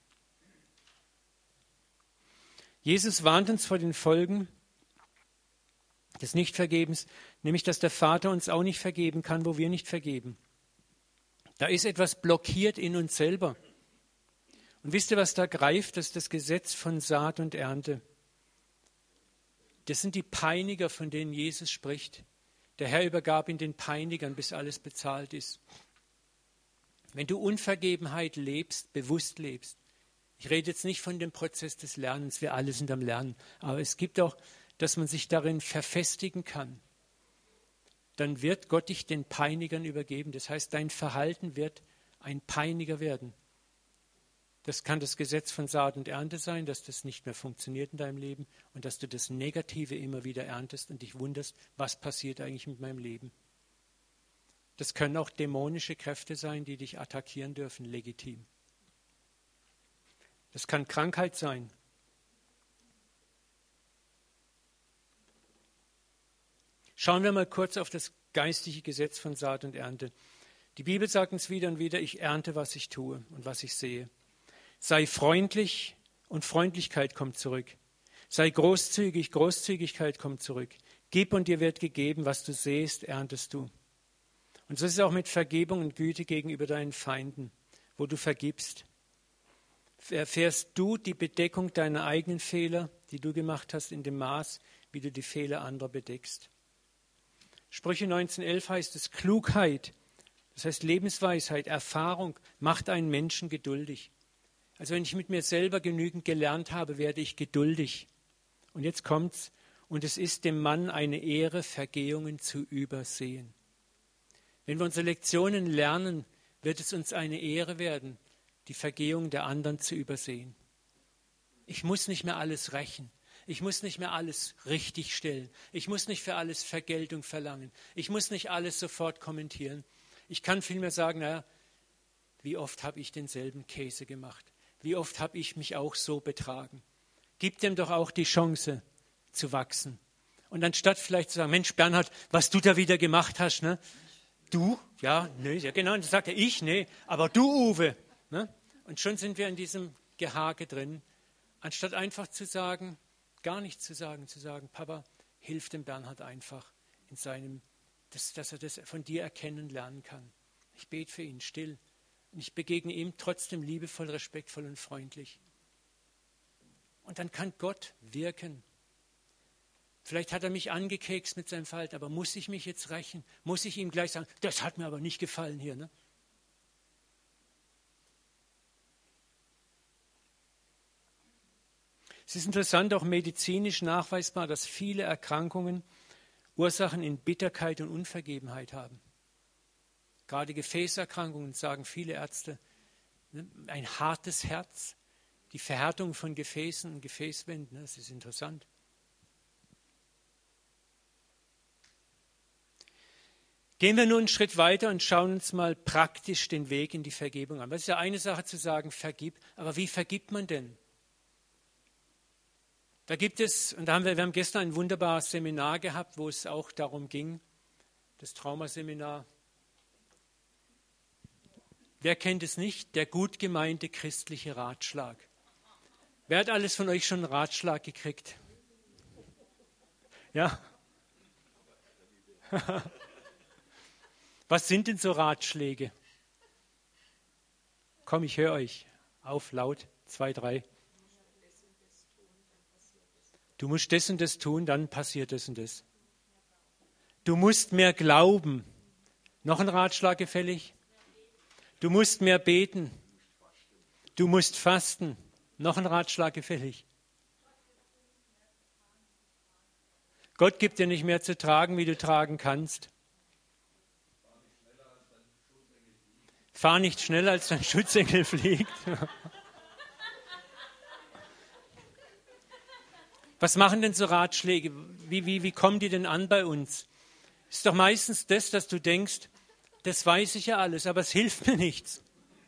Jesus warnt uns vor den Folgen des Nichtvergebens, nämlich, dass der Vater uns auch nicht vergeben kann, wo wir nicht vergeben. Da ist etwas blockiert in uns selber. Und wisst ihr, was da greift? Das ist das Gesetz von Saat und Ernte. Das sind die Peiniger, von denen Jesus spricht. Der Herr übergab ihn den Peinigern, bis alles bezahlt ist. Wenn du Unvergebenheit lebst, bewusst lebst, ich rede jetzt nicht von dem Prozess des Lernens, wir alle sind am Lernen, aber es gibt auch, dass man sich darin verfestigen kann. Dann wird Gott dich den Peinigern übergeben. Das heißt, dein Verhalten wird ein Peiniger werden. Das kann das Gesetz von Saat und Ernte sein, dass das nicht mehr funktioniert in deinem Leben und dass du das Negative immer wieder erntest und dich wunderst, was passiert eigentlich mit meinem Leben. Das können auch dämonische Kräfte sein, die dich attackieren dürfen, legitim. Das kann Krankheit sein. Schauen wir mal kurz auf das geistige Gesetz von Saat und Ernte. Die Bibel sagt uns wieder und wieder, ich ernte, was ich tue und was ich sehe. Sei freundlich und Freundlichkeit kommt zurück. Sei großzügig, Großzügigkeit kommt zurück. Gib und dir wird gegeben, was du sähst, erntest du. Und so ist es auch mit Vergebung und Güte gegenüber deinen Feinden, wo du vergibst. Erfährst du die Bedeckung deiner eigenen Fehler, die du gemacht hast, in dem Maß, wie du die Fehler anderer bedeckst. Sprüche 19,11 heißt es, Klugheit, das heißt Lebensweisheit, Erfahrung, macht einen Menschen geduldig. Also wenn ich mit mir selber genügend gelernt habe, werde ich geduldig. Und jetzt kommt's, und es ist dem Mann eine Ehre, Vergehungen zu übersehen. Wenn wir unsere Lektionen lernen, wird es uns eine Ehre werden, die Vergehung der anderen zu übersehen. Ich muss nicht mehr alles rächen. Ich muss nicht mehr alles richtigstellen. Ich muss nicht für alles Vergeltung verlangen. Ich muss nicht alles sofort kommentieren. Ich kann vielmehr sagen, naja, wie oft habe ich denselben Käse gemacht? Wie oft habe ich mich auch so betragen? Gib dem doch auch die Chance zu wachsen. Und anstatt vielleicht zu sagen, Mensch Bernhard, was du da wieder gemacht hast, ne? Du? Ja, nee, ja genau. Und dann sagt er, ich? Nee, aber du, Uwe. Ne? Und schon sind wir in diesem Gehage drin. Anstatt einfach zu sagen, gar nichts zu sagen, Papa, hilf dem Bernhard einfach in seinem, dass er das von dir erkennen lernen kann. Ich bete für ihn still. Und ich begegne ihm trotzdem liebevoll, respektvoll und freundlich. Und dann kann Gott wirken. Vielleicht hat er mich angekekst mit seinem Verhalten, aber muss ich mich jetzt rächen? Muss ich ihm gleich sagen, das hat mir aber nicht gefallen hier, ne? Es ist interessant, auch medizinisch nachweisbar, dass viele Erkrankungen Ursachen in Bitterkeit und Unvergebenheit haben. Gerade Gefäßerkrankungen, sagen viele Ärzte, ein hartes Herz, die Verhärtung von Gefäßen und Gefäßwänden, das ist interessant. Gehen wir nur einen Schritt weiter und schauen uns mal praktisch den Weg in die Vergebung an. Das ist ja eine Sache zu sagen, vergib, aber wie vergibt man denn? Da gibt es, und wir haben gestern ein wunderbares Seminar gehabt, wo es auch darum ging, das Traumaseminar. Wer kennt es nicht? Der gut gemeinte christliche Ratschlag. Wer hat alles von euch schon einen Ratschlag gekriegt? Ja? Was sind denn so Ratschläge? Komm, ich höre euch. Auf, laut. 2, 3. Du musst das und das tun, dann passiert das und das. Du musst mehr glauben. Noch ein Ratschlag gefällig? Du musst mehr beten. Du musst fasten. Noch ein Ratschlag gefällig? Gott gibt dir nicht mehr zu tragen, wie du tragen kannst. Fahr nicht schneller, als dein Schutzengel fliegt. Was machen denn so Ratschläge? Wie kommen die denn an bei uns? Ist doch meistens das, dass du denkst, das weiß ich ja alles, aber es hilft mir nichts.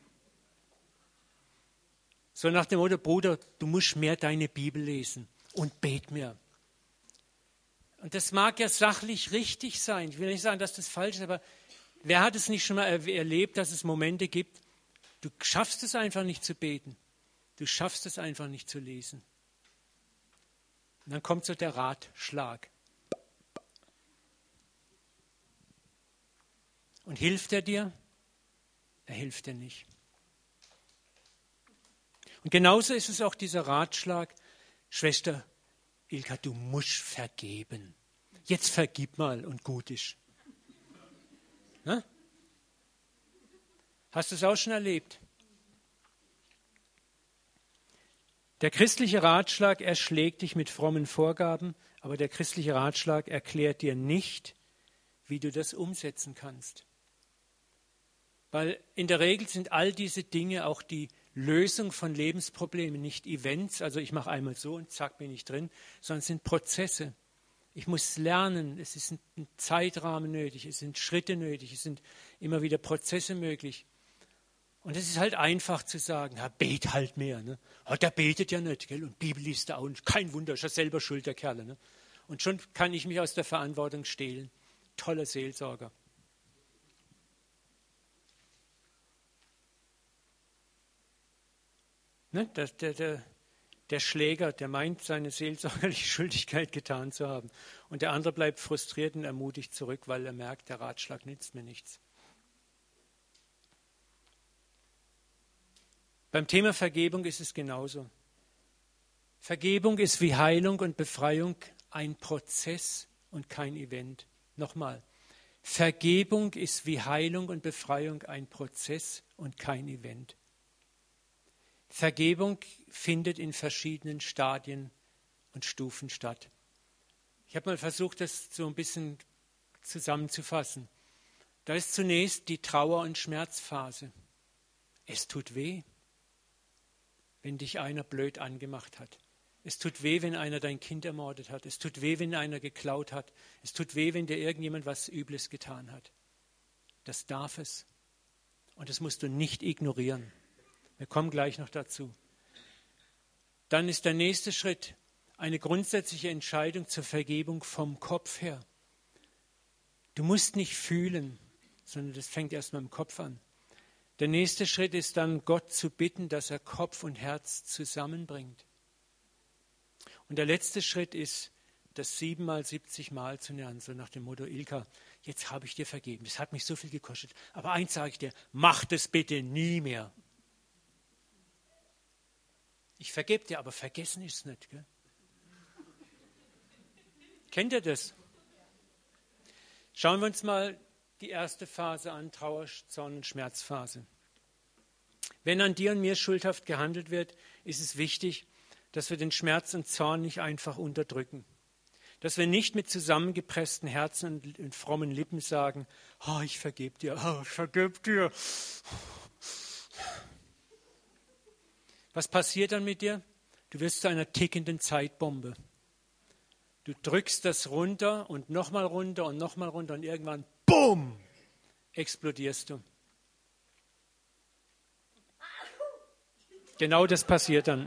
So nach dem Motto, Bruder, du musst mehr deine Bibel lesen und bet mehr. Und das mag ja sachlich richtig sein. Ich will nicht sagen, dass das falsch ist, aber wer hat es nicht schon mal erlebt, dass es Momente gibt, du schaffst es einfach nicht zu beten. Du schaffst es einfach nicht zu lesen. Und dann kommt so der Ratschlag. Und hilft er dir? Er hilft dir nicht. Und genauso ist es auch dieser Ratschlag, Schwester Ilka, du musst vergeben. Jetzt vergib mal und gut ist. Na? Hast du es auch schon erlebt? Der christliche Ratschlag erschlägt dich mit frommen Vorgaben, aber der christliche Ratschlag erklärt dir nicht, wie du das umsetzen kannst. Weil in der Regel sind all diese Dinge auch die Lösung von Lebensproblemen, nicht Events, also ich mache einmal so und zack bin ich drin, sondern es sind Prozesse. Ich muss lernen, es ist ein Zeitrahmen nötig, es sind Schritte nötig, es sind immer wieder Prozesse möglich. Und es ist halt einfach zu sagen, ja, bet halt mehr. Ne? Oh, der betet ja nicht, gell? Und Bibel liest er auch nicht. Kein Wunder, ist ja selber schuld, der Kerl. Ne? Und schon kann ich mich aus der Verantwortung stehlen. Toller Seelsorger. Ne? Der Schläger, der meint, seine seelsorgerliche Schuldigkeit getan zu haben. Und der andere bleibt frustriert und ermutigt zurück, weil er merkt, der Ratschlag nützt mir nichts. Beim Thema Vergebung ist es genauso. Vergebung ist wie Heilung und Befreiung ein Prozess und kein Event. Nochmal. Vergebung ist wie Heilung und Befreiung ein Prozess und kein Event. Vergebung findet in verschiedenen Stadien und Stufen statt. Ich habe mal versucht, das so ein bisschen zusammenzufassen. Da ist zunächst die Trauer- und Schmerzphase. Es tut weh, wenn dich einer blöd angemacht hat. Es tut weh, wenn einer dein Kind ermordet hat. Es tut weh, wenn einer geklaut hat. Es tut weh, wenn dir irgendjemand was Übles getan hat. Das darf es. Und das musst du nicht ignorieren. Wir kommen gleich noch dazu. Dann ist der nächste Schritt eine grundsätzliche Entscheidung zur Vergebung vom Kopf her. Du musst nicht fühlen, sondern das fängt erst mal im Kopf an. Der nächste Schritt ist dann, Gott zu bitten, dass er Kopf und Herz zusammenbringt. Und der letzte Schritt ist, das 7-mal, 70-mal zu lernen, so nach dem Motto, Ilka, jetzt habe ich dir vergeben, das hat mich so viel gekostet, aber eins sage ich dir, mach das bitte nie mehr. Ich vergebe dir, aber vergessen ist es nicht. Gell? Kennt ihr das? Schauen wir uns mal die erste Phase an, Trauer, Zorn und Schmerzphase. Wenn an dir und mir schuldhaft gehandelt wird, ist es wichtig, dass wir den Schmerz und Zorn nicht einfach unterdrücken. Dass wir nicht mit zusammengepressten Herzen und frommen Lippen sagen, oh, ich vergebe dir, oh, ich vergebe dir. Was passiert dann mit dir? Du wirst zu einer tickenden Zeitbombe. Du drückst das runter und nochmal runter und nochmal runter und irgendwann, BUM, explodierst du. Genau das passiert dann.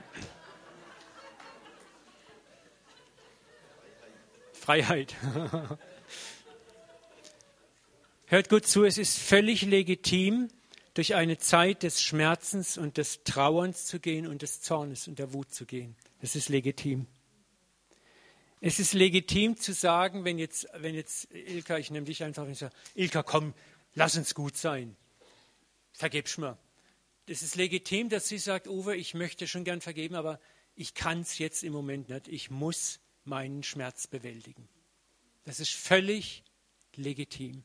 Freiheit. Hört gut zu, es ist völlig legitim, durch eine Zeit des Schmerzens und des Trauerns zu gehen und des Zornes und der Wut zu gehen. Das ist legitim. Es ist legitim zu sagen, wenn jetzt Ilka, ich nehme dich einfach, und ich sage, Ilka, komm, lass uns gut sein. Vergib's mir. Es ist legitim, dass sie sagt, Uwe, ich möchte schon gern vergeben, aber ich kann es jetzt im Moment nicht. Ich muss meinen Schmerz bewältigen. Das ist völlig legitim.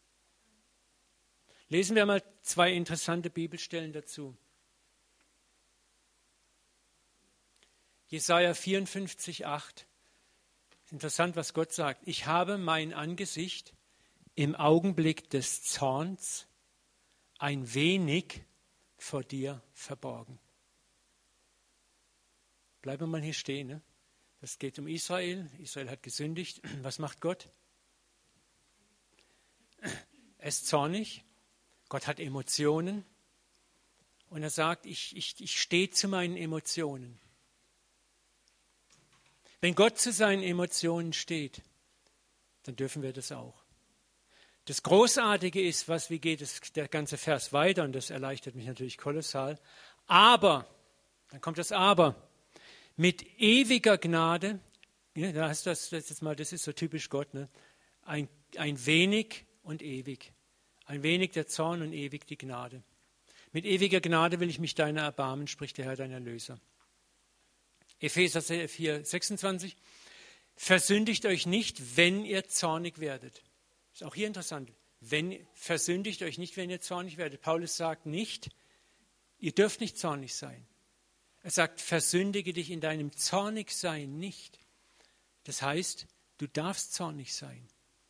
Lesen wir mal 2 interessante Bibelstellen dazu. Jesaja 54,8. Interessant, was Gott sagt. Ich habe mein Angesicht im Augenblick des Zorns ein wenig vor dir verborgen. Bleiben wir mal hier stehen. Ne? Das geht um Israel. Israel hat gesündigt. Was macht Gott? Er ist zornig. Gott hat Emotionen. Und er sagt, ich stehe zu meinen Emotionen. Wenn Gott zu seinen Emotionen steht, dann dürfen wir das auch. Das Großartige ist, wie geht der ganze Vers weiter, und das erleichtert mich natürlich kolossal. Aber, dann kommt das Aber, mit ewiger Gnade, ja, da hast du das jetzt mal, das ist so typisch Gott, ne? Ein wenig und ewig. Ein wenig der Zorn und ewig die Gnade. Mit ewiger Gnade will ich mich deiner erbarmen, spricht der Herr, dein Erlöser. Epheser 4, 26. Versündigt euch nicht, wenn ihr zornig werdet. Ist auch hier interessant. Versündigt euch nicht, wenn ihr zornig werdet. Paulus sagt nicht, ihr dürft nicht zornig sein. Er sagt, versündige dich in deinem Zornigsein nicht. Das heißt, du darfst zornig sein.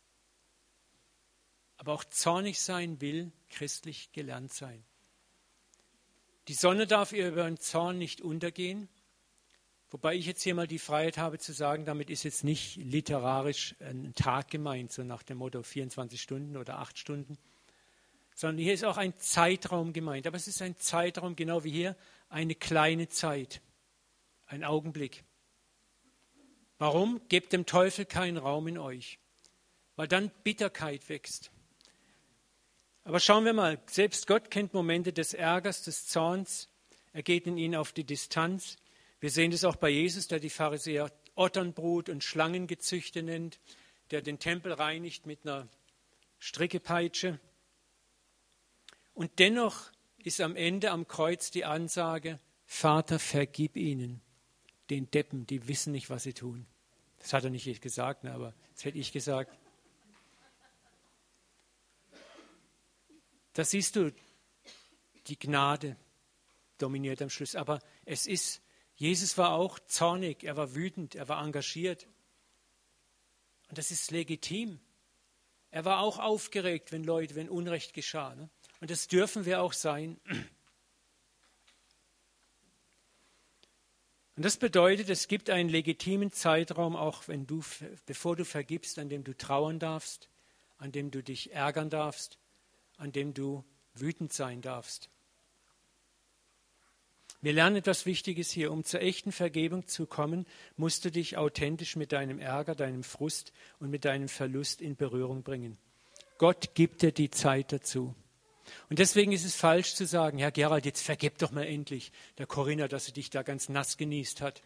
Aber auch zornig sein will christlich gelernt sein. Die Sonne darf über den Zorn nicht untergehen. Wobei ich jetzt hier mal die Freiheit habe zu sagen, damit ist jetzt nicht literarisch ein Tag gemeint, so nach dem Motto 24 Stunden oder 8 Stunden, sondern hier ist auch ein Zeitraum gemeint. Aber es ist ein Zeitraum, genau wie hier, eine kleine Zeit, ein Augenblick. Warum? Gebt dem Teufel keinen Raum in euch, weil dann Bitterkeit wächst. Aber schauen wir mal, selbst Gott kennt Momente des Ärgers, des Zorns. Er geht in ihn auf die Distanz. Wir sehen das auch bei Jesus, der die Pharisäer Otternbrut und Schlangengezüchte nennt, der den Tempel reinigt mit einer Strickepeitsche. Und dennoch ist am Ende am Kreuz die Ansage, Vater, vergib ihnen, den Deppen, die wissen nicht, was sie tun. Das hat er nicht gesagt, aber das hätte ich gesagt. Da siehst du, die Gnade dominiert am Schluss. Aber Jesus war auch zornig, er war wütend, er war engagiert. Und das ist legitim. Er war auch aufgeregt, wenn Unrecht geschah. Ne? Und das dürfen wir auch sein. Und das bedeutet, es gibt einen legitimen Zeitraum, auch bevor du vergibst, an dem du trauern darfst, an dem du dich ärgern darfst, an dem du wütend sein darfst. Wir lernen etwas Wichtiges hier. Um zur echten Vergebung zu kommen, musst du dich authentisch mit deinem Ärger, deinem Frust und mit deinem Verlust in Berührung bringen. Gott gibt dir die Zeit dazu. Und deswegen ist es falsch zu sagen, Herr Gerald, jetzt vergib doch mal endlich der Corinna, dass sie dich da ganz nass genießt hat.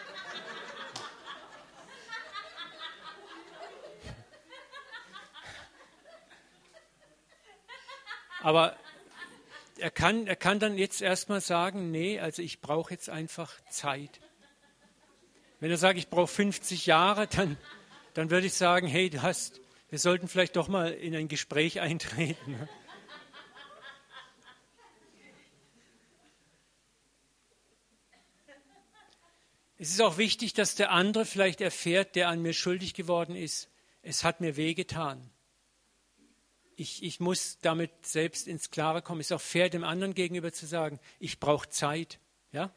Aber er kann dann jetzt erstmal sagen, nee, also ich brauche jetzt einfach Zeit. Wenn er sagt, ich brauche 50 Jahre, dann würde ich sagen, hey, wir sollten vielleicht doch mal in ein Gespräch eintreten. Es ist auch wichtig, dass der andere vielleicht erfährt, der an mir schuldig geworden ist, es hat mir wehgetan. Ich muss damit selbst ins Klare kommen. Es ist auch fair, dem anderen gegenüber zu sagen, ich brauche Zeit. Ja?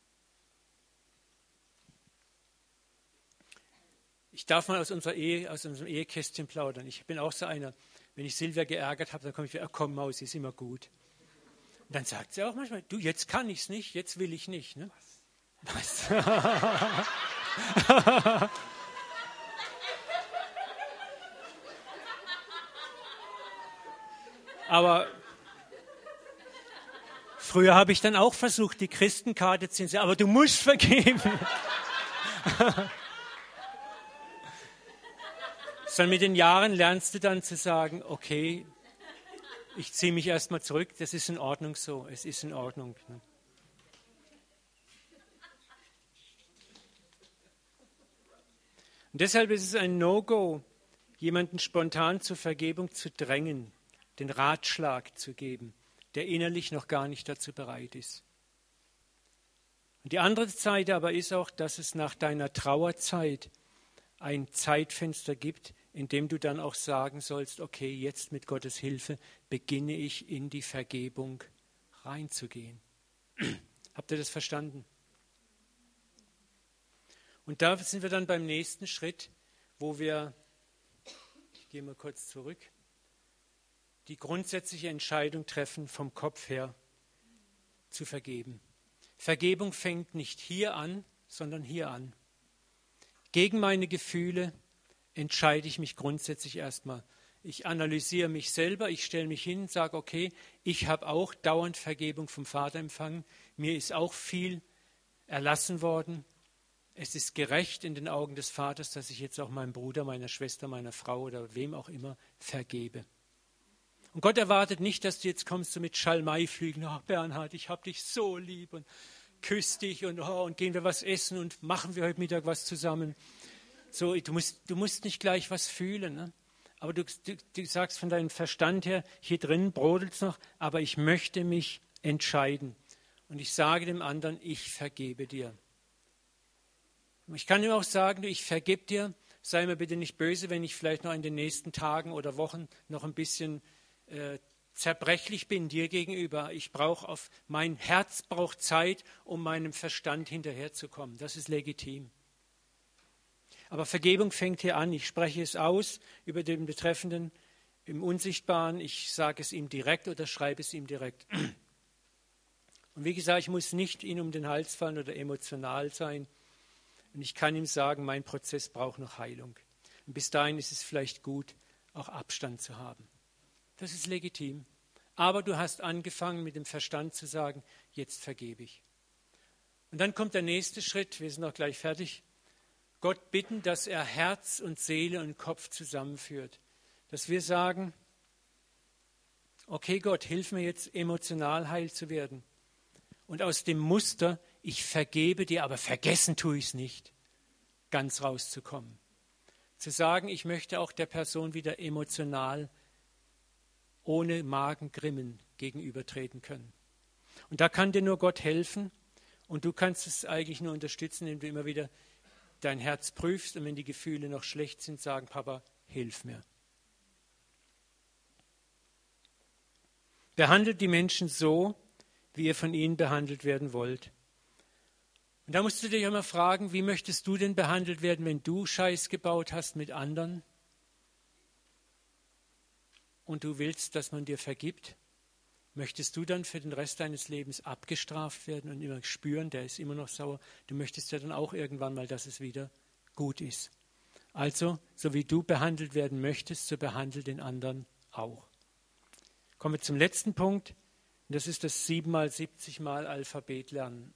Ich darf mal aus unserem Ehekästchen plaudern. Ich bin auch so einer, wenn ich Silvia geärgert habe, dann komme ich wieder, komm Maus, ist immer gut. Und dann sagt sie auch manchmal, du, jetzt kann ich es nicht, jetzt will ich nicht. Ne? Was? Aber Früher habe ich dann auch versucht, die Christenkarte zu sehen, aber du musst vergeben. Sondern mit den Jahren lernst du dann zu sagen, okay, ich ziehe mich erstmal zurück, das ist in Ordnung so, es ist in Ordnung. Und deshalb ist es ein No-Go, jemanden spontan zur Vergebung zu drängen, den Ratschlag zu geben, der innerlich noch gar nicht dazu bereit ist. Und die andere Seite aber ist auch, dass es nach deiner Trauerzeit ein Zeitfenster gibt, in dem du dann auch sagen sollst, okay, jetzt mit Gottes Hilfe beginne ich in die Vergebung reinzugehen. Habt ihr das verstanden? Und da sind wir dann beim nächsten Schritt, wo wir, ich gehe mal kurz zurück, die grundsätzliche Entscheidung treffen, vom Kopf her zu vergeben. Vergebung fängt nicht hier an, sondern hier an. Gegen meine Gefühle entscheide ich mich grundsätzlich erstmal. Ich analysiere mich selber, ich stelle mich hin, sage, okay, ich habe auch dauernd Vergebung vom Vater empfangen. Mir ist auch viel erlassen worden. Es ist gerecht in den Augen des Vaters, dass ich jetzt auch meinem Bruder, meiner Schwester, meiner Frau oder wem auch immer vergebe. Und Gott erwartet nicht, dass du jetzt kommst so mit Schalmeiflügen, ach Bernhard, ich habe dich so lieb und küss dich und gehen wir was essen und machen wir heute Mittag was zusammen. So, du musst nicht gleich was fühlen, ne? Aber du sagst von deinem Verstand her, hier drin brodelt es noch, aber ich möchte mich entscheiden. Und ich sage dem anderen, ich vergebe dir. Ich kann ihm auch sagen, ich vergebe dir, sei mir bitte nicht böse, wenn ich vielleicht noch in den nächsten Tagen oder Wochen noch ein bisschen zerbrechlich bin dir gegenüber. Mein Herz braucht Zeit, um meinem Verstand hinterherzukommen. Das ist legitim. Aber Vergebung fängt hier an. Ich spreche es aus über den Betreffenden im Unsichtbaren. Ich sage es ihm direkt oder schreibe es ihm direkt. Und wie gesagt, ich muss nicht ihn um den Hals fallen oder emotional sein. Und ich kann ihm sagen, mein Prozess braucht noch Heilung. Und bis dahin ist es vielleicht gut, auch Abstand zu haben. Das ist legitim. Aber du hast angefangen, mit dem Verstand zu sagen, jetzt vergebe ich. Und dann kommt der nächste Schritt, wir sind auch gleich fertig. Gott bitten, dass er Herz und Seele und Kopf zusammenführt. Dass wir sagen, okay Gott, hilf mir jetzt emotional heil zu werden. Und aus dem Muster, ich vergebe dir, aber vergessen tue ich es nicht, ganz rauszukommen. Zu sagen, ich möchte auch der Person wieder emotional ohne Magengrimmen gegenübertreten können. Und da kann dir nur Gott helfen und du kannst es eigentlich nur unterstützen, indem du immer wieder dein Herz prüfst und wenn die Gefühle noch schlecht sind, sagen, Papa, hilf mir. Behandelt die Menschen so, wie ihr von ihnen behandelt werden wollt. Und da musst du dich immer fragen, wie möchtest du denn behandelt werden, wenn du Scheiß gebaut hast mit anderen und du willst, dass man dir vergibt? Möchtest du dann für den Rest deines Lebens abgestraft werden und immer spüren, der ist immer noch sauer? Du möchtest ja dann auch irgendwann mal, dass es wieder gut ist. Also, so wie du behandelt werden möchtest, so behandle den anderen auch. Kommen wir zum letzten Punkt. Und das ist das 7-mal, 70-mal Alphabet lernen.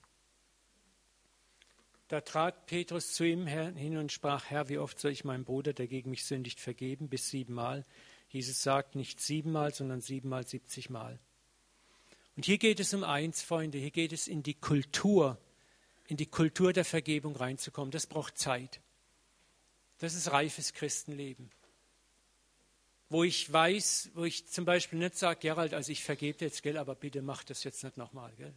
Da trat Petrus zu ihm hin und sprach, Herr, wie oft soll ich meinem Bruder, der gegen mich sündigt, vergeben? Bis 7-mal. Jesus sagt nicht 7-mal, sondern 7-mal, 70-mal. Und hier geht es um eins, Freunde, hier geht es in die Kultur der Vergebung reinzukommen. Das braucht Zeit. Das ist reifes Christenleben. Wo ich zum Beispiel nicht sage, Gerald, also ich vergebe dir jetzt, gell, aber bitte mach das jetzt nicht nochmal, gell?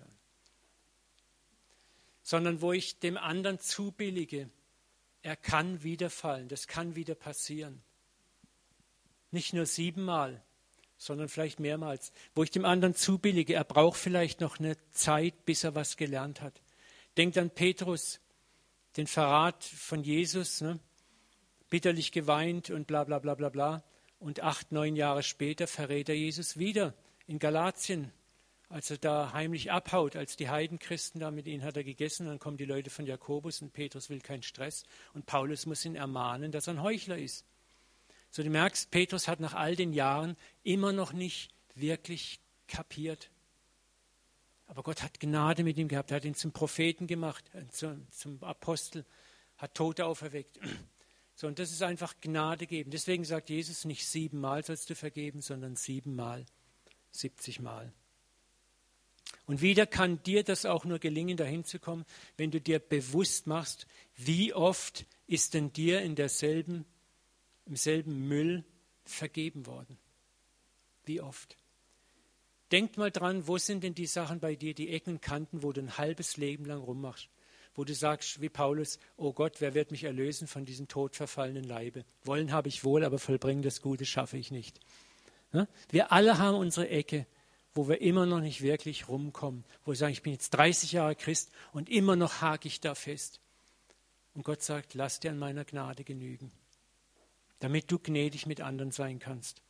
Sondern wo ich dem anderen zubillige, er kann wieder fallen, das kann wieder passieren. Nicht nur 7-mal, sondern vielleicht mehrmals. Wo ich dem anderen zubillige, er braucht vielleicht noch eine Zeit, bis er was gelernt hat. Denkt an Petrus, den Verrat von Jesus, ne? Bitterlich geweint und bla bla bla bla bla. Und 8, 9 Jahre später verrät er Jesus wieder in Galatien, als er da heimlich abhaut, als die Heidenchristen da mit ihnen hat er gegessen, dann kommen die Leute von Jakobus und Petrus will keinen Stress und Paulus muss ihn ermahnen, dass er ein Heuchler ist. So, du merkst, Petrus hat nach all den Jahren immer noch nicht wirklich kapiert. Aber Gott hat Gnade mit ihm gehabt. Er hat ihn zum Propheten gemacht, zum Apostel, hat Tote auferweckt. So, und das ist einfach Gnade geben. Deswegen sagt Jesus, nicht 7-mal sollst du vergeben, sondern 7-mal, 70-mal. Und wieder kann dir das auch nur gelingen, dahin zu kommen, wenn du dir bewusst machst, wie oft ist denn dir im selben Müll vergeben worden. Wie oft? Denk mal dran, wo sind denn die Sachen bei dir, die Ecken und Kanten, wo du ein halbes Leben lang rummachst, wo du sagst, wie Paulus, oh Gott, wer wird mich erlösen von diesem todverfallenen Leibe? Wollen habe ich wohl, aber vollbringen das Gute schaffe ich nicht. Wir alle haben unsere Ecke, wo wir immer noch nicht wirklich rumkommen, wo wir sagen, ich bin jetzt 30 Jahre Christ und immer noch hake ich da fest. Und Gott sagt, lass dir an meiner Gnade genügen, damit du gnädig mit anderen sein kannst.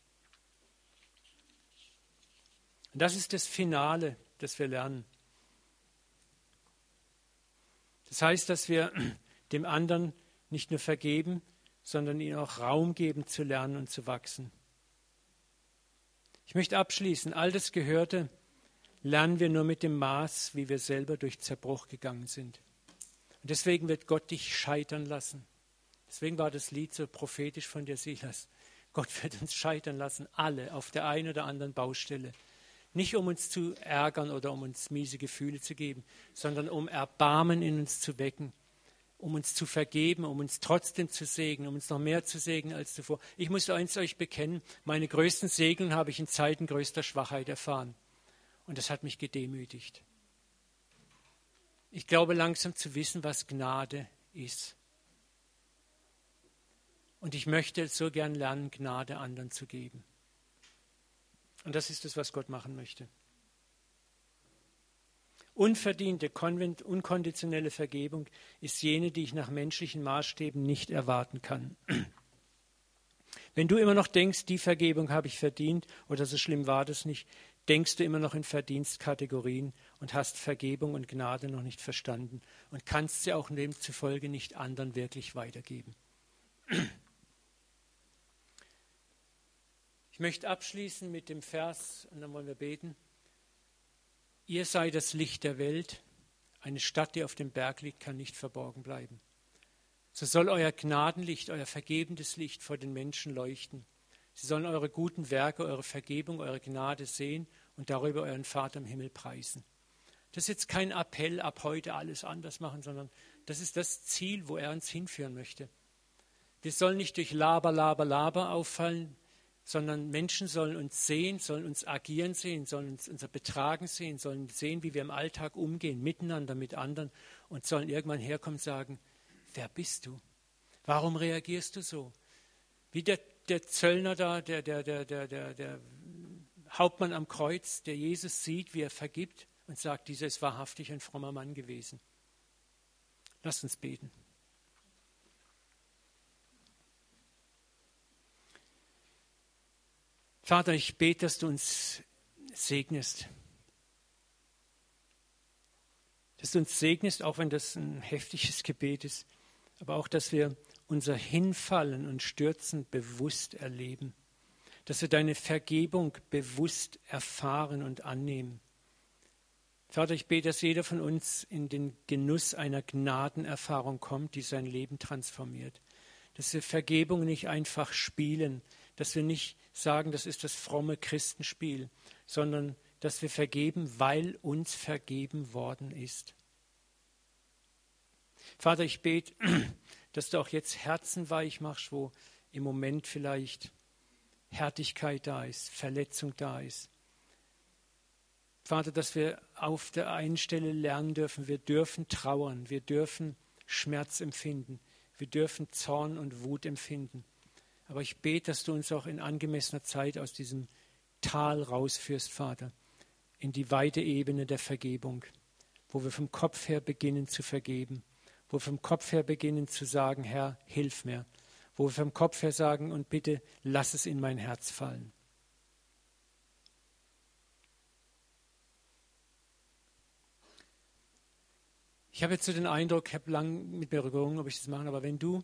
Und das ist das Finale, das wir lernen. Das heißt, dass wir dem anderen nicht nur vergeben, sondern ihm auch Raum geben zu lernen und zu wachsen. Ich möchte abschließen, all das Gehörte lernen wir nur mit dem Maß, wie wir selber durch Zerbruch gegangen sind. Und deswegen wird Gott dich scheitern lassen. Deswegen war das Lied so prophetisch von dir, Silas. Gott wird uns scheitern lassen, alle auf der einen oder anderen Baustelle. Nicht um uns zu ärgern oder um uns miese Gefühle zu geben, sondern um Erbarmen in uns zu wecken, um uns zu vergeben, um uns trotzdem zu segnen, um uns noch mehr zu segnen als zuvor. Ich muss eins euch bekennen, meine größten Segnungen habe ich in Zeiten größter Schwachheit erfahren. Und das hat mich gedemütigt. Ich glaube langsam zu wissen, was Gnade ist. Und ich möchte so gern lernen, Gnade anderen zu geben. Und das ist es, was Gott machen möchte. Unverdiente, unkonditionelle Vergebung ist jene, die ich nach menschlichen Maßstäben nicht erwarten kann. Wenn du immer noch denkst, die Vergebung habe ich verdient oder so schlimm war das nicht, denkst du immer noch in Verdienstkategorien und hast Vergebung und Gnade noch nicht verstanden und kannst sie auch demzufolge nicht anderen wirklich weitergeben. Ich möchte abschließen mit dem Vers, und dann wollen wir beten. Ihr seid das Licht der Welt. Eine Stadt, die auf dem Berg liegt, kann nicht verborgen bleiben. So soll euer Gnadenlicht, euer vergebendes Licht vor den Menschen leuchten. Sie sollen eure guten Werke, eure Vergebung, eure Gnade sehen und darüber euren Vater im Himmel preisen. Das ist jetzt kein Appell, ab heute alles anders machen, sondern das ist das Ziel, wo er uns hinführen möchte. Wir sollen nicht durch Laber auffallen, sondern Menschen sollen uns sehen, sollen uns agieren sehen, sollen uns unser Betragen sehen, sollen sehen, wie wir im Alltag umgehen, miteinander, mit anderen und sollen irgendwann herkommen und sagen, wer bist du? Warum reagierst du so? Wie der Zöllner da, der Hauptmann am Kreuz, der Jesus sieht, wie er vergibt und sagt, dieser ist wahrhaftig ein frommer Mann gewesen. Lasst uns beten. Vater, ich bete, dass du uns segnest. Dass du uns segnest, auch wenn das ein heftiges Gebet ist, aber auch, dass wir unser Hinfallen und Stürzen bewusst erleben. Dass wir deine Vergebung bewusst erfahren und annehmen. Vater, ich bete, dass jeder von uns in den Genuss einer Gnadenerfahrung kommt, die sein Leben transformiert. Dass wir Vergebung nicht einfach spielen, dass wir nicht sagen, das ist das fromme Christenspiel, sondern dass wir vergeben, weil uns vergeben worden ist. Vater, ich bete, dass du auch jetzt Herzen weich machst, wo im Moment vielleicht Härtigkeit da ist, Verletzung da ist. Vater, dass wir auf der einen Stelle lernen dürfen, wir dürfen trauern, wir dürfen Schmerz empfinden, wir dürfen Zorn und Wut empfinden. Aber ich bete, dass du uns auch in angemessener Zeit aus diesem Tal rausführst, Vater, in die weite Ebene der Vergebung, wo wir vom Kopf her beginnen zu vergeben, wo wir vom Kopf her beginnen zu sagen, Herr, hilf mir, wo wir vom Kopf her sagen, und bitte lass es in mein Herz fallen. Ich habe jetzt so den Eindruck, ich habe lange mit mir gerungen, ob ich das mache, aber wenn du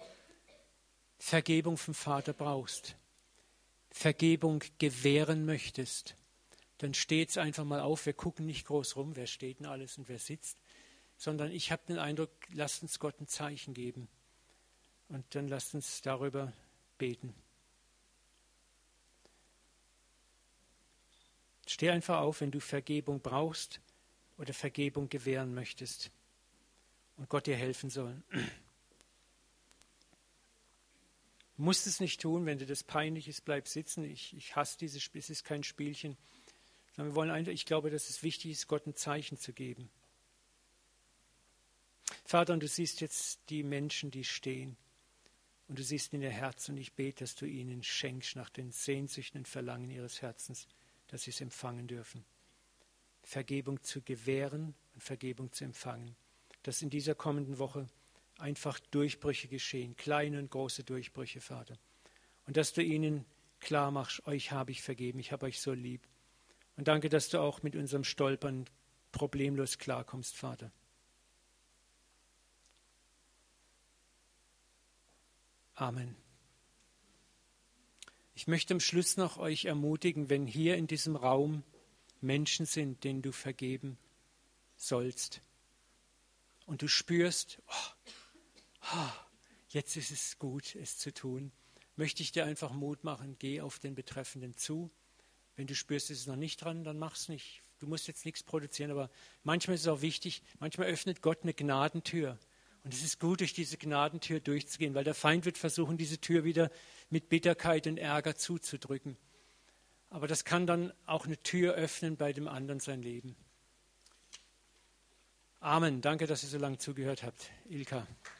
Vergebung vom Vater brauchst, Vergebung gewähren möchtest, dann steh jetzt einfach mal auf. Wir gucken nicht groß rum, wer steht denn alles und wer sitzt, sondern ich habe den Eindruck, lasst uns Gott ein Zeichen geben. Und dann lasst uns darüber beten. Steh einfach auf, wenn du Vergebung brauchst oder Vergebung gewähren möchtest und Gott dir helfen soll. Du musst es nicht tun, wenn dir das peinlich ist, bleib sitzen. Ich hasse dieses Spiel, es ist kein Spielchen. Sondern wir wollen einfach, ich glaube, dass es wichtig ist, Gott ein Zeichen zu geben. Vater, und du siehst jetzt die Menschen, die stehen. Und du siehst in ihr Herz und ich bete, dass du ihnen schenkst nach den Sehnsüchten und Verlangen ihres Herzens, dass sie es empfangen dürfen. Vergebung zu gewähren und Vergebung zu empfangen. Dass in dieser kommenden Woche einfach Durchbrüche geschehen, kleine und große Durchbrüche, Vater. Und dass du ihnen klar machst, euch habe ich vergeben, ich habe euch so lieb. Und danke, dass du auch mit unserem Stolpern problemlos klarkommst, Vater. Amen. Ich möchte am Schluss noch euch ermutigen, wenn hier in diesem Raum Menschen sind, denen du vergeben sollst und du spürst, jetzt ist es gut, es zu tun, möchte ich dir einfach Mut machen, geh auf den Betreffenden zu. Wenn du spürst, es ist noch nicht dran, dann mach's nicht. Du musst jetzt nichts produzieren, aber manchmal ist es auch wichtig, manchmal öffnet Gott eine Gnadentür. Und es ist gut, durch diese Gnadentür durchzugehen, weil der Feind wird versuchen, diese Tür wieder mit Bitterkeit und Ärger zuzudrücken. Aber das kann dann auch eine Tür öffnen bei dem anderen sein Leben. Amen. Danke, dass ihr so lange zugehört habt. Ilka.